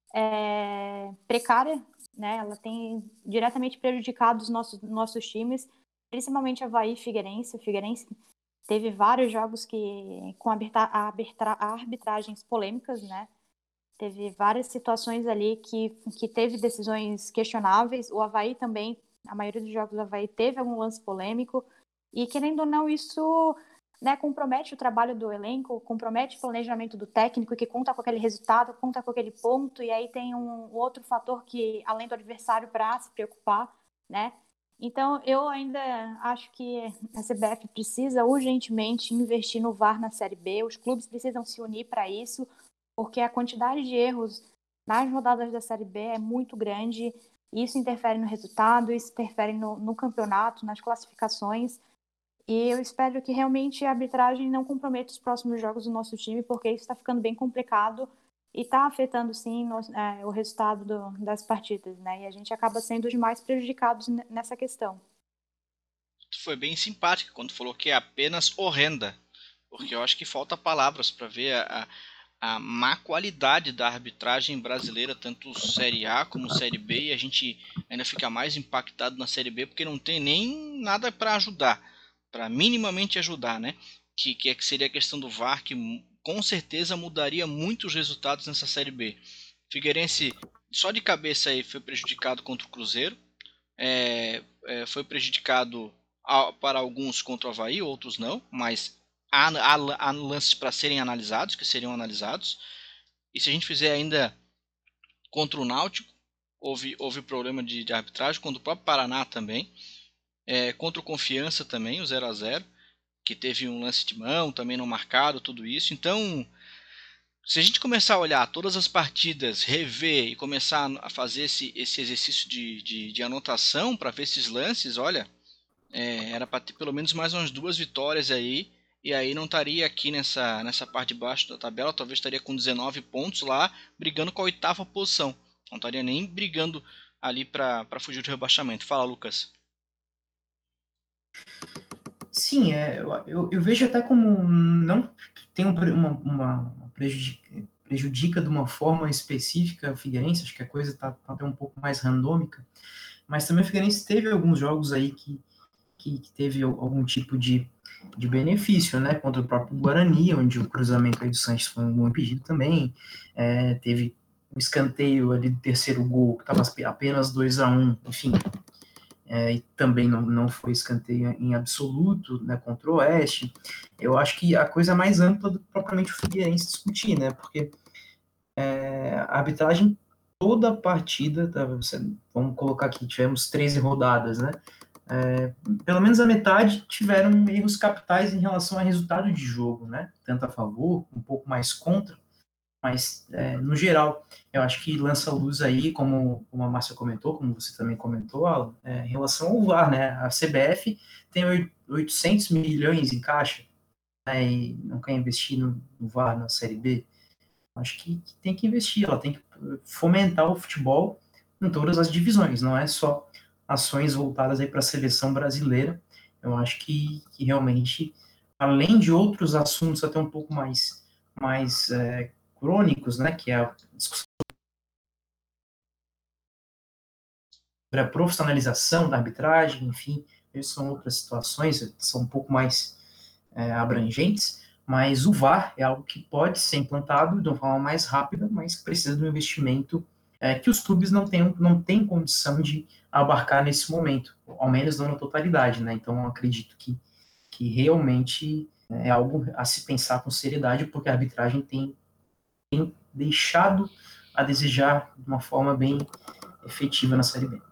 precária, né? Ela tem diretamente prejudicado os nossos times, principalmente Avaí e Figueirense. O Figueirense teve vários jogos com arbitragens polêmicas, né? Teve várias situações ali que teve decisões questionáveis. O Avaí também, a maioria dos jogos do Avaí teve algum lance polêmico. E, querendo ou não, isso, né, compromete o trabalho do elenco, compromete o planejamento do técnico, que conta com aquele resultado, conta com aquele ponto. E aí tem um outro fator que, além do adversário, para se preocupar, né? Então, eu ainda acho que a CBF precisa urgentemente investir no VAR na Série B. Os clubes precisam se unir para isso, porque a quantidade de erros nas rodadas da Série B é muito grande. Isso interfere no resultado, isso interfere no campeonato, nas classificações. E eu espero que realmente a arbitragem não comprometa os próximos jogos do nosso time, porque isso está ficando bem complicado e está afetando, sim, o resultado das partidas, né? E a gente acaba sendo os mais prejudicados nessa questão. Foi bem simpática quando falou que é apenas horrenda, porque eu acho que falta palavras para ver a má qualidade da arbitragem brasileira, tanto Série A como Série B, e a gente ainda fica mais impactado na Série B porque não tem nem nada para ajudar, para minimamente ajudar, né? Que seria a questão do VAR, que com certeza mudaria muitos resultados nessa Série B. Figueirense, só de cabeça aí, foi prejudicado contra o Cruzeiro, foi prejudicado para alguns contra o Avaí, outros não, mas há lances para serem analisados, que seriam analisados. E se a gente fizer ainda contra o Náutico, houve problema de arbitragem, contra o próprio Paraná também, contra o Confiança também, o 0-0, que teve um lance de mão, também não marcado, tudo isso. Então, se a gente começar a olhar todas as partidas, rever e começar a fazer esse exercício de anotação para ver esses lances, olha, era para ter pelo menos mais umas 2 vitórias aí, e aí não estaria aqui nessa parte de baixo da tabela, talvez estaria com 19 pontos lá, brigando com a 8ª posição. Não estaria nem brigando ali para fugir do rebaixamento. Fala, Lucas. Sim, eu vejo até como não tem uma prejudica de uma forma específica o Figueirense, acho que a coisa está até um pouco mais randômica, mas também o Figueirense teve alguns jogos aí que teve algum tipo de benefício, né, contra o próprio Guarani, onde o cruzamento aí do Sanches foi um gol impedido também, teve um escanteio ali do terceiro gol, que estava apenas 2-1, enfim, e também não foi escanteio em absoluto, né, contra o Oeste. Eu acho que a coisa mais ampla do que propriamente o Figueirense discutir, né, porque a arbitragem toda a partida, tá, vamos colocar aqui, tivemos 13 rodadas, né, pelo menos a metade tiveram erros capitais em relação ao resultado de jogo, né, tanto a favor, um pouco mais contra, mas no geral, eu acho que lança luz aí, como a Márcia comentou, como você também comentou, Alan, em relação ao VAR, né, a CBF tem 800 milhões em caixa, né, e não quer investir no VAR na Série B, Acho que tem que investir, ela tem que fomentar o futebol em todas as divisões, não é só ações voltadas aí para a seleção brasileira. Eu acho que realmente, além de outros assuntos até um pouco mais crônicos, né, que é a discussão sobre a profissionalização da arbitragem, enfim, essas são outras situações, são um pouco mais abrangentes, mas o VAR é algo que pode ser implantado de uma forma mais rápida, mas precisa de um investimento que os clubes não têm condição de abarcar nesse momento, ao menos não na totalidade, né? Então, eu acredito que realmente é algo a se pensar com seriedade, porque a arbitragem tem deixado a desejar de uma forma bem efetiva na Série B.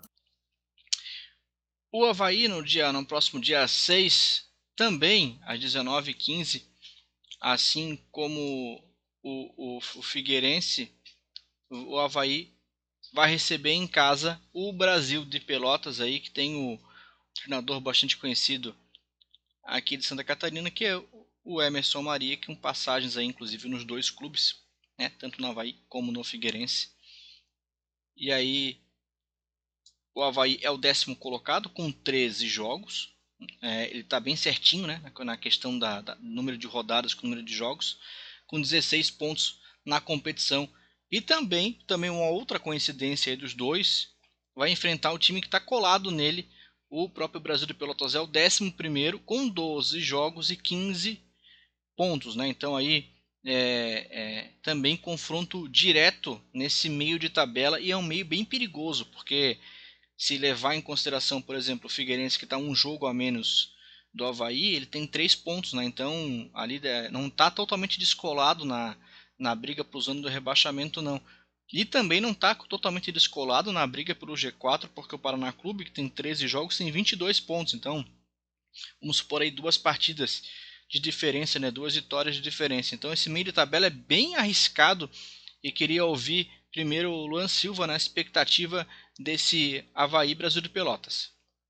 O Avaí no próximo dia 6, também às 19h15, assim como o Figueirense, o Avaí vai receber em casa o Brasil de Pelotas, aí, que tem o treinador bastante conhecido aqui de Santa Catarina, que é o Emerson Maria, que tem passagens aí, inclusive, nos dois clubes, né, tanto no Avaí como no Figueirense. E aí, o Avaí é o 10º colocado com 13 jogos. Ele está bem certinho, né, na questão da número de rodadas com número de jogos, com 16 pontos na competição. E também uma outra coincidência aí dos dois, vai enfrentar o time que está colado nele, o próprio Brasil de Pelotas é o 11º com 12 jogos e 15 pontos, né? Então aí também confronto direto nesse meio de tabela, e é um meio bem perigoso, porque se levar em consideração, por exemplo, o Figueirense, que está um jogo a menos do Avaí, ele tem 3 pontos, né? Então ali não está totalmente descolado na briga para o zona do rebaixamento, não. E também não está totalmente descolado na briga pelo G4, porque o Paraná Clube, que tem 13 jogos, tem 22 pontos. Então, vamos supor aí 2 partidas de diferença, né? 2 vitórias de diferença. Então esse meio de tabela é bem arriscado, e queria ouvir primeiro o Luan Silva na expectativa desse Avaí Brasil de Pelotas.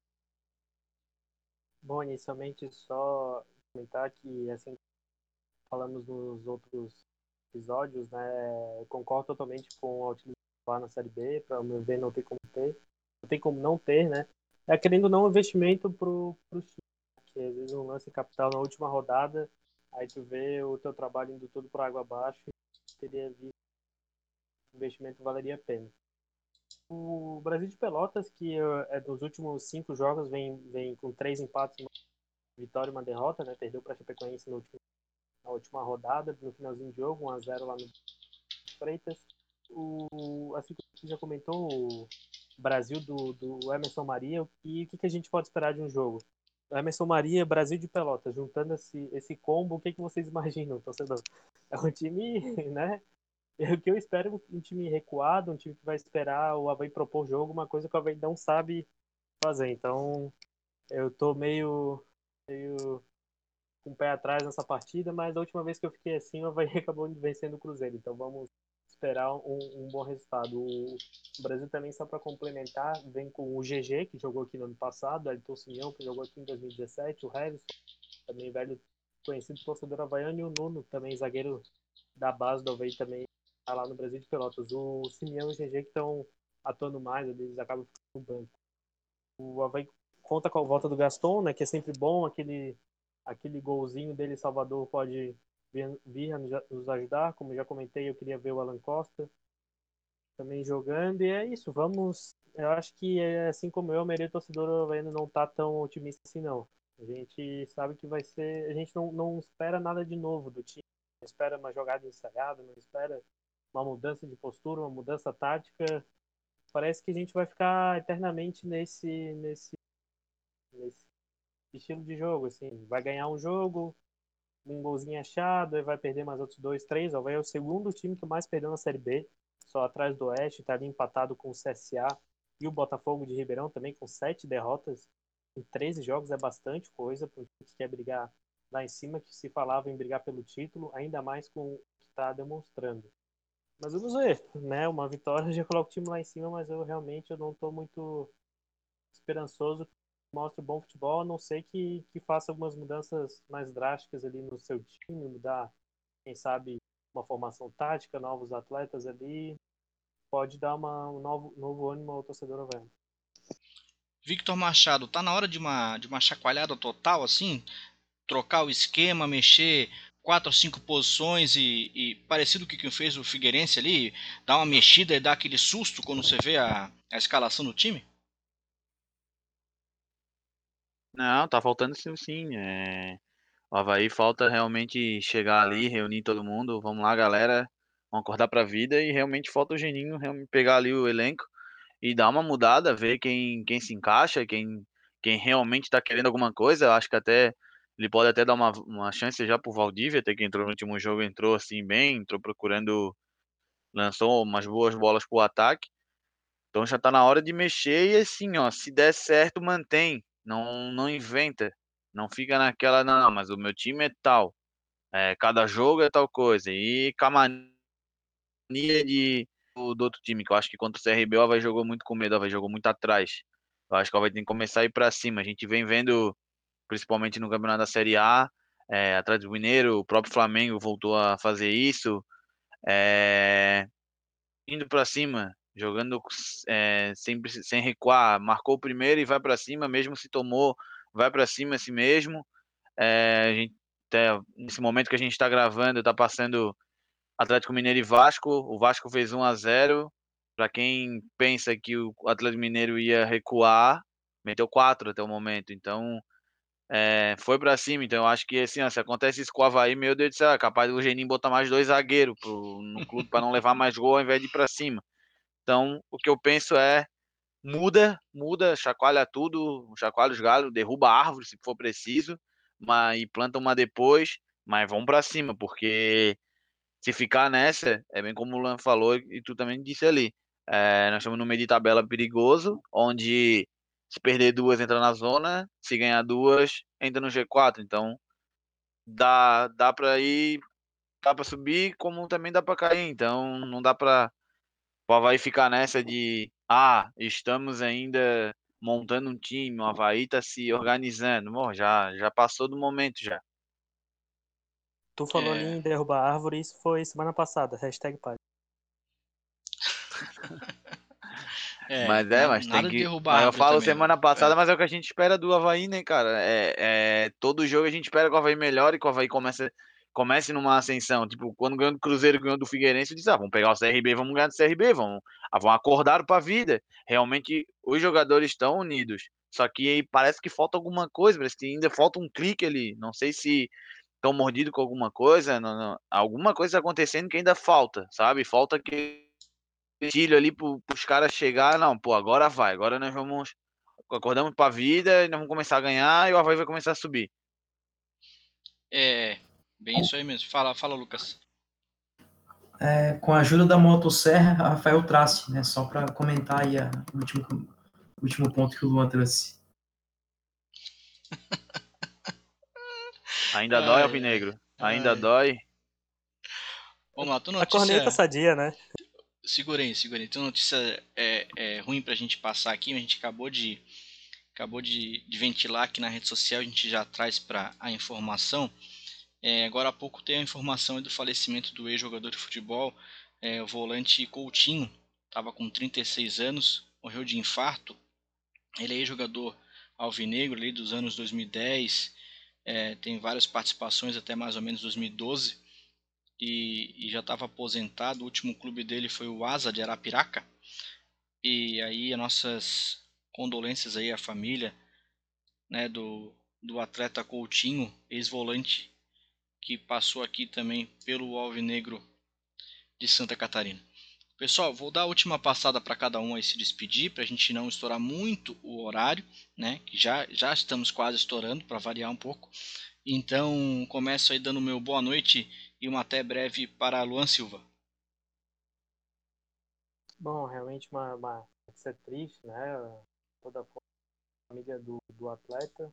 Bom, inicialmente só comentar que, assim, falamos nos outros episódios, né, eu concordo totalmente com a utilização do VAR na Série B, para o meu ver não tem como ter, não tem como não ter, né, querendo ou não um investimento pro time, que às vezes um lance capital na última rodada, aí tu vê o teu trabalho indo tudo por água abaixo, teria visto o investimento valeria a pena. O Brasil de Pelotas, que dos últimos 5 jogos vem com 3 empates, uma vitória e uma derrota, né? Perdeu para a Chapecoense na última rodada, no finalzinho de jogo, 1-0 lá no Freitas. Assim que você já comentou, o Brasil do Emerson Maria, e o que a gente pode esperar de um jogo? O Emerson Maria, Brasil de Pelotas, juntando esse combo, o que vocês imaginam, torcedor? É um time, né? O que eu espero é um time recuado, um time que vai esperar o Avaí propor jogo, uma coisa que o Avaí não sabe fazer. Então, eu tô meio com o pé atrás nessa partida, mas da última vez que eu fiquei assim, o Avaí acabou vencendo o Cruzeiro. Então, vamos esperar um bom resultado. O Brasil também, só para complementar, vem com o GG, que jogou aqui no ano passado, o Ayrton Simeão, que jogou aqui em 2017, o Harrison, também velho conhecido torcedor havaiano, e o Nuno, também zagueiro da base do Avaí, também tá lá no Brasil de Pelotas. O Simeão e o GG que estão atuando mais, eles acabam ficando no banco. O Avaí conta com a volta do Gaston, né, que é sempre bom, aquele golzinho dele em Salvador pode vir nos ajudar. Como já comentei, eu queria ver o Alan Costa também jogando, e é isso, vamos. Eu acho que, assim como eu, a maioria do torcedor ainda não tá tão otimista assim, não. A gente sabe que vai ser. A gente não espera nada de novo do time, não espera uma jogada ensaiada, não espera uma mudança de postura, uma mudança tática. Parece que a gente vai ficar eternamente nesse estilo de jogo, assim. Vai ganhar um jogo, um golzinho achado, aí vai perder mais outros 2, 3. Ó, vai é o segundo time que mais perdeu na Série B, só atrás do Oeste, tá ali empatado com o CSA e o Botafogo de Ribeirão também, com 7 derrotas em 13 jogos. É bastante coisa para um time que quer brigar lá em cima, que se falava em brigar pelo título, ainda mais com o que está demonstrando. Mas vamos ver, né? Uma vitória já coloca o time lá em cima, mas eu não estou muito esperançoso que mostre bom futebol, a não ser que faça algumas mudanças mais drásticas ali no seu time, mudar, quem sabe, uma formação tática, novos atletas ali, pode dar um novo ânimo ao torcedor havaiano. Victor Machado, tá na hora de uma chacoalhada total, assim? Trocar o esquema, mexer 4 ou 5 posições e parecido com o que fez o Figueirense ali, dar uma mexida e dar aquele susto quando você vê a escalação do time? Não, tá faltando sim. O Avaí falta realmente chegar ali, reunir todo mundo. Vamos lá, galera. Vamos acordar pra vida e realmente falta o Geninho pegar ali o elenco e dar uma mudada, ver quem se encaixa, quem realmente tá querendo alguma coisa. Eu acho que até ele pode até dar uma chance já pro Valdívia, até que entrou no último jogo, entrou assim bem, entrou procurando, lançou umas boas bolas pro ataque. Então já tá na hora de mexer e assim, ó, se der certo, mantém. Não inventa. Não fica naquela, não, mas o meu time é tal. Cada jogo é tal coisa. E com a mania do outro time, que eu acho que contra o CRB o Avaí jogou muito com medo, o Avaí jogou muito atrás. Eu acho que o Avaí tem que começar a ir pra cima. A gente vem vendo, principalmente no campeonato da Série A, Atlético Mineiro, o próprio Flamengo voltou a fazer isso. É, indo pra cima, jogando sem recuar, marcou o primeiro e vai pra cima, mesmo se tomou, vai pra cima assim mesmo. A gente, nesse momento que a gente está gravando, tá passando Atlético Mineiro e Vasco. O Vasco fez 1-0. Para quem pensa que o Atlético Mineiro ia recuar, meteu 4 até o momento. Então, foi para cima. Então, eu acho que assim, ó, se acontece isso com o Avaí, meu Deus do céu, é capaz do Geninho botar mais 2 zagueiros no clube para não levar mais gol ao invés de ir para cima. Então, o que eu penso muda, chacoalha tudo, chacoalha os galhos, derruba a árvore se for preciso, mas e planta uma depois, mas vamos para cima, porque se ficar nessa, é bem como o Luan falou e tu também disse ali, nós estamos no meio de tabela perigoso, onde se perder duas entra na zona, se ganhar duas entra no G4, então dá para ir, dá para subir, como também dá para cair, então não dá para o Avaí ficar nessa de, estamos ainda montando um time, o Avaí está se organizando. Bom, já passou do momento já. Tu falou ali É, em derrubar a árvore, isso foi semana passada, #pai. Mas tem nada de que. derrubar Mas a eu árvore falo também. semana passada, mas é o que a gente espera do Avaí, né, cara? Todo jogo a gente espera que o Avaí melhore, que o Avaí comece numa ascensão. Tipo, quando ganhou do Cruzeiro, ganhou do Figueirense, eu disse, vamos pegar o CRB, vamos ganhar do CRB, vão acordar pra vida. Realmente, os jogadores estão unidos. Só que aí parece que falta alguma coisa, parece que ainda falta um clique ali. Não sei se estão mordidos com alguma coisa, alguma coisa acontecendo que ainda falta, sabe? Falta que gatilho ali pros caras chegar, não, pô, agora vai, agora nós vamos, acordamos pra vida e nós vamos começar a ganhar e o Avaí vai começar a subir. É, bem isso aí mesmo. Fala, Lucas. Com a ajuda da motosserra, Rafael Trace, né? Só para comentar aí o último ponto que o Luan trouxe. Ainda dói, Ai, ai, Alvinegro, ainda ai. dói. Vamos lá, tua A corneta notícia. sadia, né? Segurei. Tua notícia é ruim pra gente passar aqui, mas a gente acabou de ventilar aqui na rede social, a gente já traz para a informação. Agora há pouco tem a informação do falecimento do ex-jogador de futebol, o volante Coutinho, estava com 36 anos, morreu de infarto. Ele é ex-jogador alvinegro ali dos anos 2010, tem várias participações até mais ou menos 2012 e já estava aposentado. O último clube dele foi o Asa de Arapiraca. E aí as nossas condolências aí à família, né, do atleta Coutinho, ex-volante, que passou aqui também pelo Alvinegro de Santa Catarina. Pessoal, vou dar a última passada para cada um aí se despedir, para a gente não estourar muito o horário, né? Que já estamos quase estourando, para variar um pouco. Então, começo aí dando meu boa noite e uma até breve para Luan Silva. Bom, realmente uma notícia triste, né? Toda a família do atleta.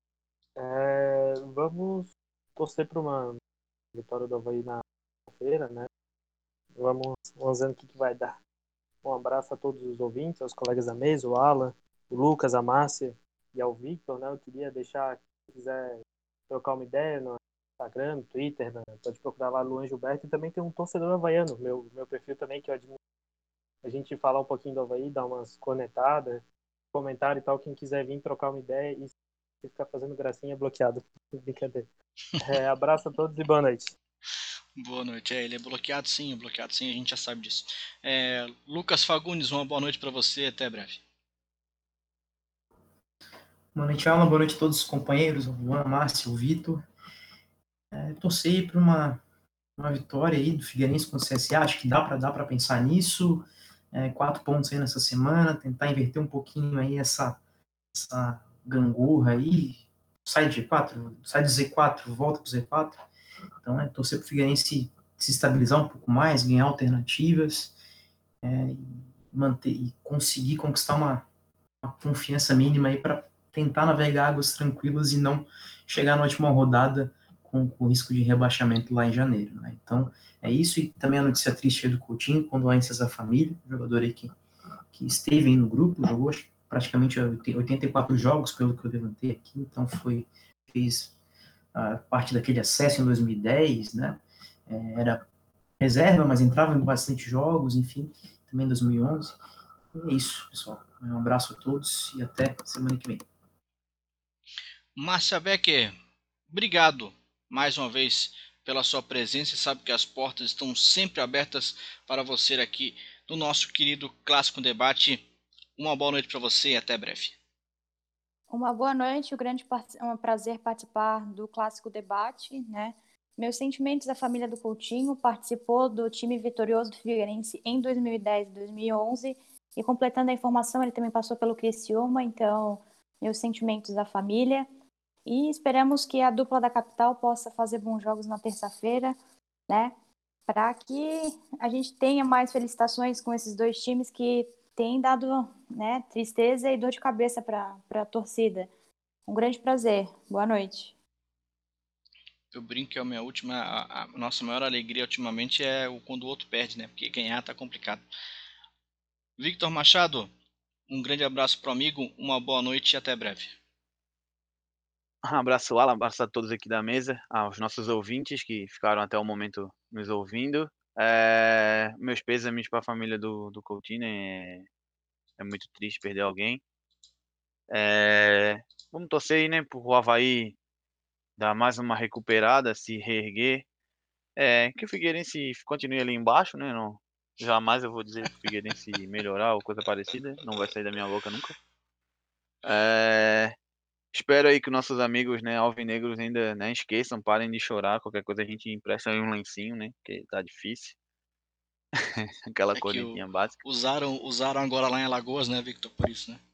Vamos torcer para uma vitória do Avaí na feira, né? Vamos vendo o que vai dar. Um abraço a todos os ouvintes, aos colegas da mesa, o Alan, o Lucas, a Márcia e ao Victor, né? Eu queria deixar, se quiser trocar uma ideia Instagram, no Twitter, né? Pode procurar lá Luan Gilberto, e também tem um torcedor havaiano, meu perfil também, que eu admiro. A gente fala um pouquinho do Avaí, dá umas conectadas, comentário e tal, quem quiser vir trocar uma ideia e se ficar fazendo gracinha é bloqueado. Brincadeira. Abraço a todos e boa noite. Boa noite. Ele é bloqueado sim, a gente já sabe disso. Lucas Fagundes, uma boa noite para você, até breve. Boa noite, Alan. Boa noite a todos os companheiros, o Luan, Márcio, o Vitor. Torci para uma vitória aí do Figueirense com o CSA, acho que dá para pensar nisso. 4 pontos aí nessa semana, tentar inverter um pouquinho aí essa gangorra aí, sai de G4, sai do Z4, volta para o Z4. Então, torcer para o Figueirense se estabilizar um pouco mais, ganhar alternativas, manter e conseguir conquistar uma confiança mínima aí para tentar navegar águas tranquilas e não chegar na última rodada com o risco de rebaixamento lá em janeiro, né? Então, é isso, e também a notícia triste aí do Coutinho, condolências à família, jogador aí que esteve aí no grupo, jogou praticamente 84 jogos, pelo que eu levantei aqui, então fez parte daquele acesso em 2010, né? Era reserva, mas entrava em bastante jogos, enfim, também em 2011. E é isso, pessoal. Um abraço a todos e até semana que vem. Márcia Becker, obrigado mais uma vez pela sua presença, e sabe que as portas estão sempre abertas para você aqui no nosso querido Clássico Debate. Uma boa noite para você e até breve. Uma boa noite, um prazer participar do Clássico Debate, né? Meus sentimentos à família do Coutinho, participou do time vitorioso do Figueirense em 2010 e 2011, e completando a informação, ele também passou pelo Criciúma, então, meus sentimentos à família, e esperamos que a dupla da capital possa fazer bons jogos na terça-feira, né? Para que a gente tenha mais felicitações com esses dois times que têm dado, né, tristeza e dor de cabeça para a torcida. Um grande prazer. Boa noite. Eu brinco que a minha a nossa maior alegria ultimamente é quando o outro perde, né? Porque ganhar tá complicado. Victor Machado, um grande abraço pro amigo, uma boa noite e até breve. Um abraço, Alan, abraço a todos aqui da mesa, aos nossos ouvintes que ficaram até o momento nos ouvindo. Meus pêsames para a família do Coutinho, é muito triste perder alguém. Vamos torcer aí, né, pro Avaí dar mais uma recuperada, se reerguer. Que o Figueirense continue ali embaixo, né? Não, jamais eu vou dizer pro Figueirense melhorar ou coisa parecida, não vai sair da minha boca nunca. Espero aí que nossos amigos, né, alvinegros ainda, né, esqueçam, parem de chorar. Qualquer coisa a gente empresta aí um lencinho, né? Porque tá difícil. Aquela Que cornetinha básica. usaram agora lá em Alagoas, né, Victor? Por isso, né?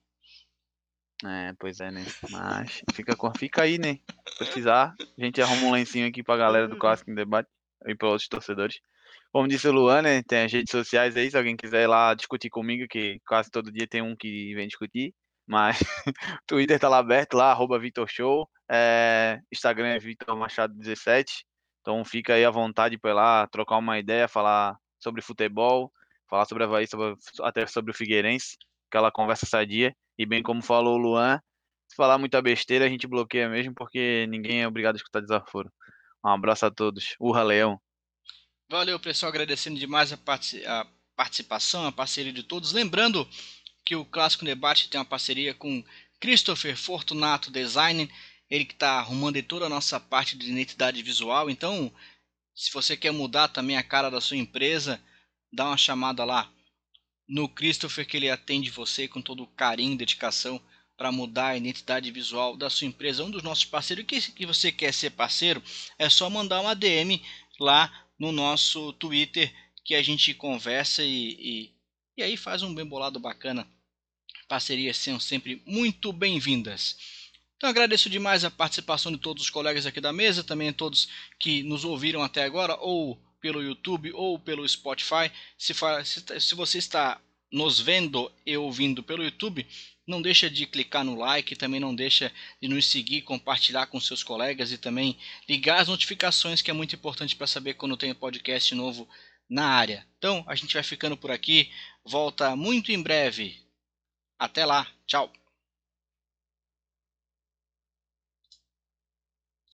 Pois é, né? Mas fica aí, né? Se precisar, a gente arruma um lencinho aqui pra galera do Clássico em Debate e para outros torcedores. Como disse o Luan, né? Tem as redes sociais aí, se alguém quiser ir lá discutir comigo, que quase todo dia tem um que vem discutir. Mas o Twitter tá lá aberto, lá, @VitorShow. Instagram é Vitor Machado 17. Então fica aí à vontade para ir lá trocar uma ideia, falar sobre futebol, falar sobre Avaí, até sobre o Figueirense, aquela conversa sadia. E bem como falou o Luan, se falar muita besteira a gente bloqueia mesmo, porque ninguém é obrigado a escutar desaforo. Um abraço a todos. Urra, Leão! Valeu, pessoal, agradecendo demais a participação, a parceria de todos. Lembrando que o Clássico Debate tem uma parceria com Christopher Fortunato Design, ele que está arrumando toda a nossa parte de identidade visual. Então, se você quer mudar também a cara da sua empresa, dá uma chamada lá no Christopher, que ele atende você com todo carinho e dedicação para mudar a identidade visual da sua empresa. Um dos nossos parceiros, que você quer ser parceiro, é só mandar uma DM lá no nosso Twitter, que a gente conversa e aí faz um bem bolado bacana. Parcerias são sempre muito bem-vindas. Então agradeço demais a participação de todos os colegas aqui da mesa, também a todos que nos ouviram até agora, ou pelo YouTube ou pelo Spotify. Se você está nos vendo e ouvindo pelo YouTube, não deixa de clicar no like, também não deixa de nos seguir, compartilhar com seus colegas e também ligar as notificações, que é muito importante para saber quando tem podcast novo na área. Então a gente vai ficando por aqui, volta muito em breve. Até lá, tchau!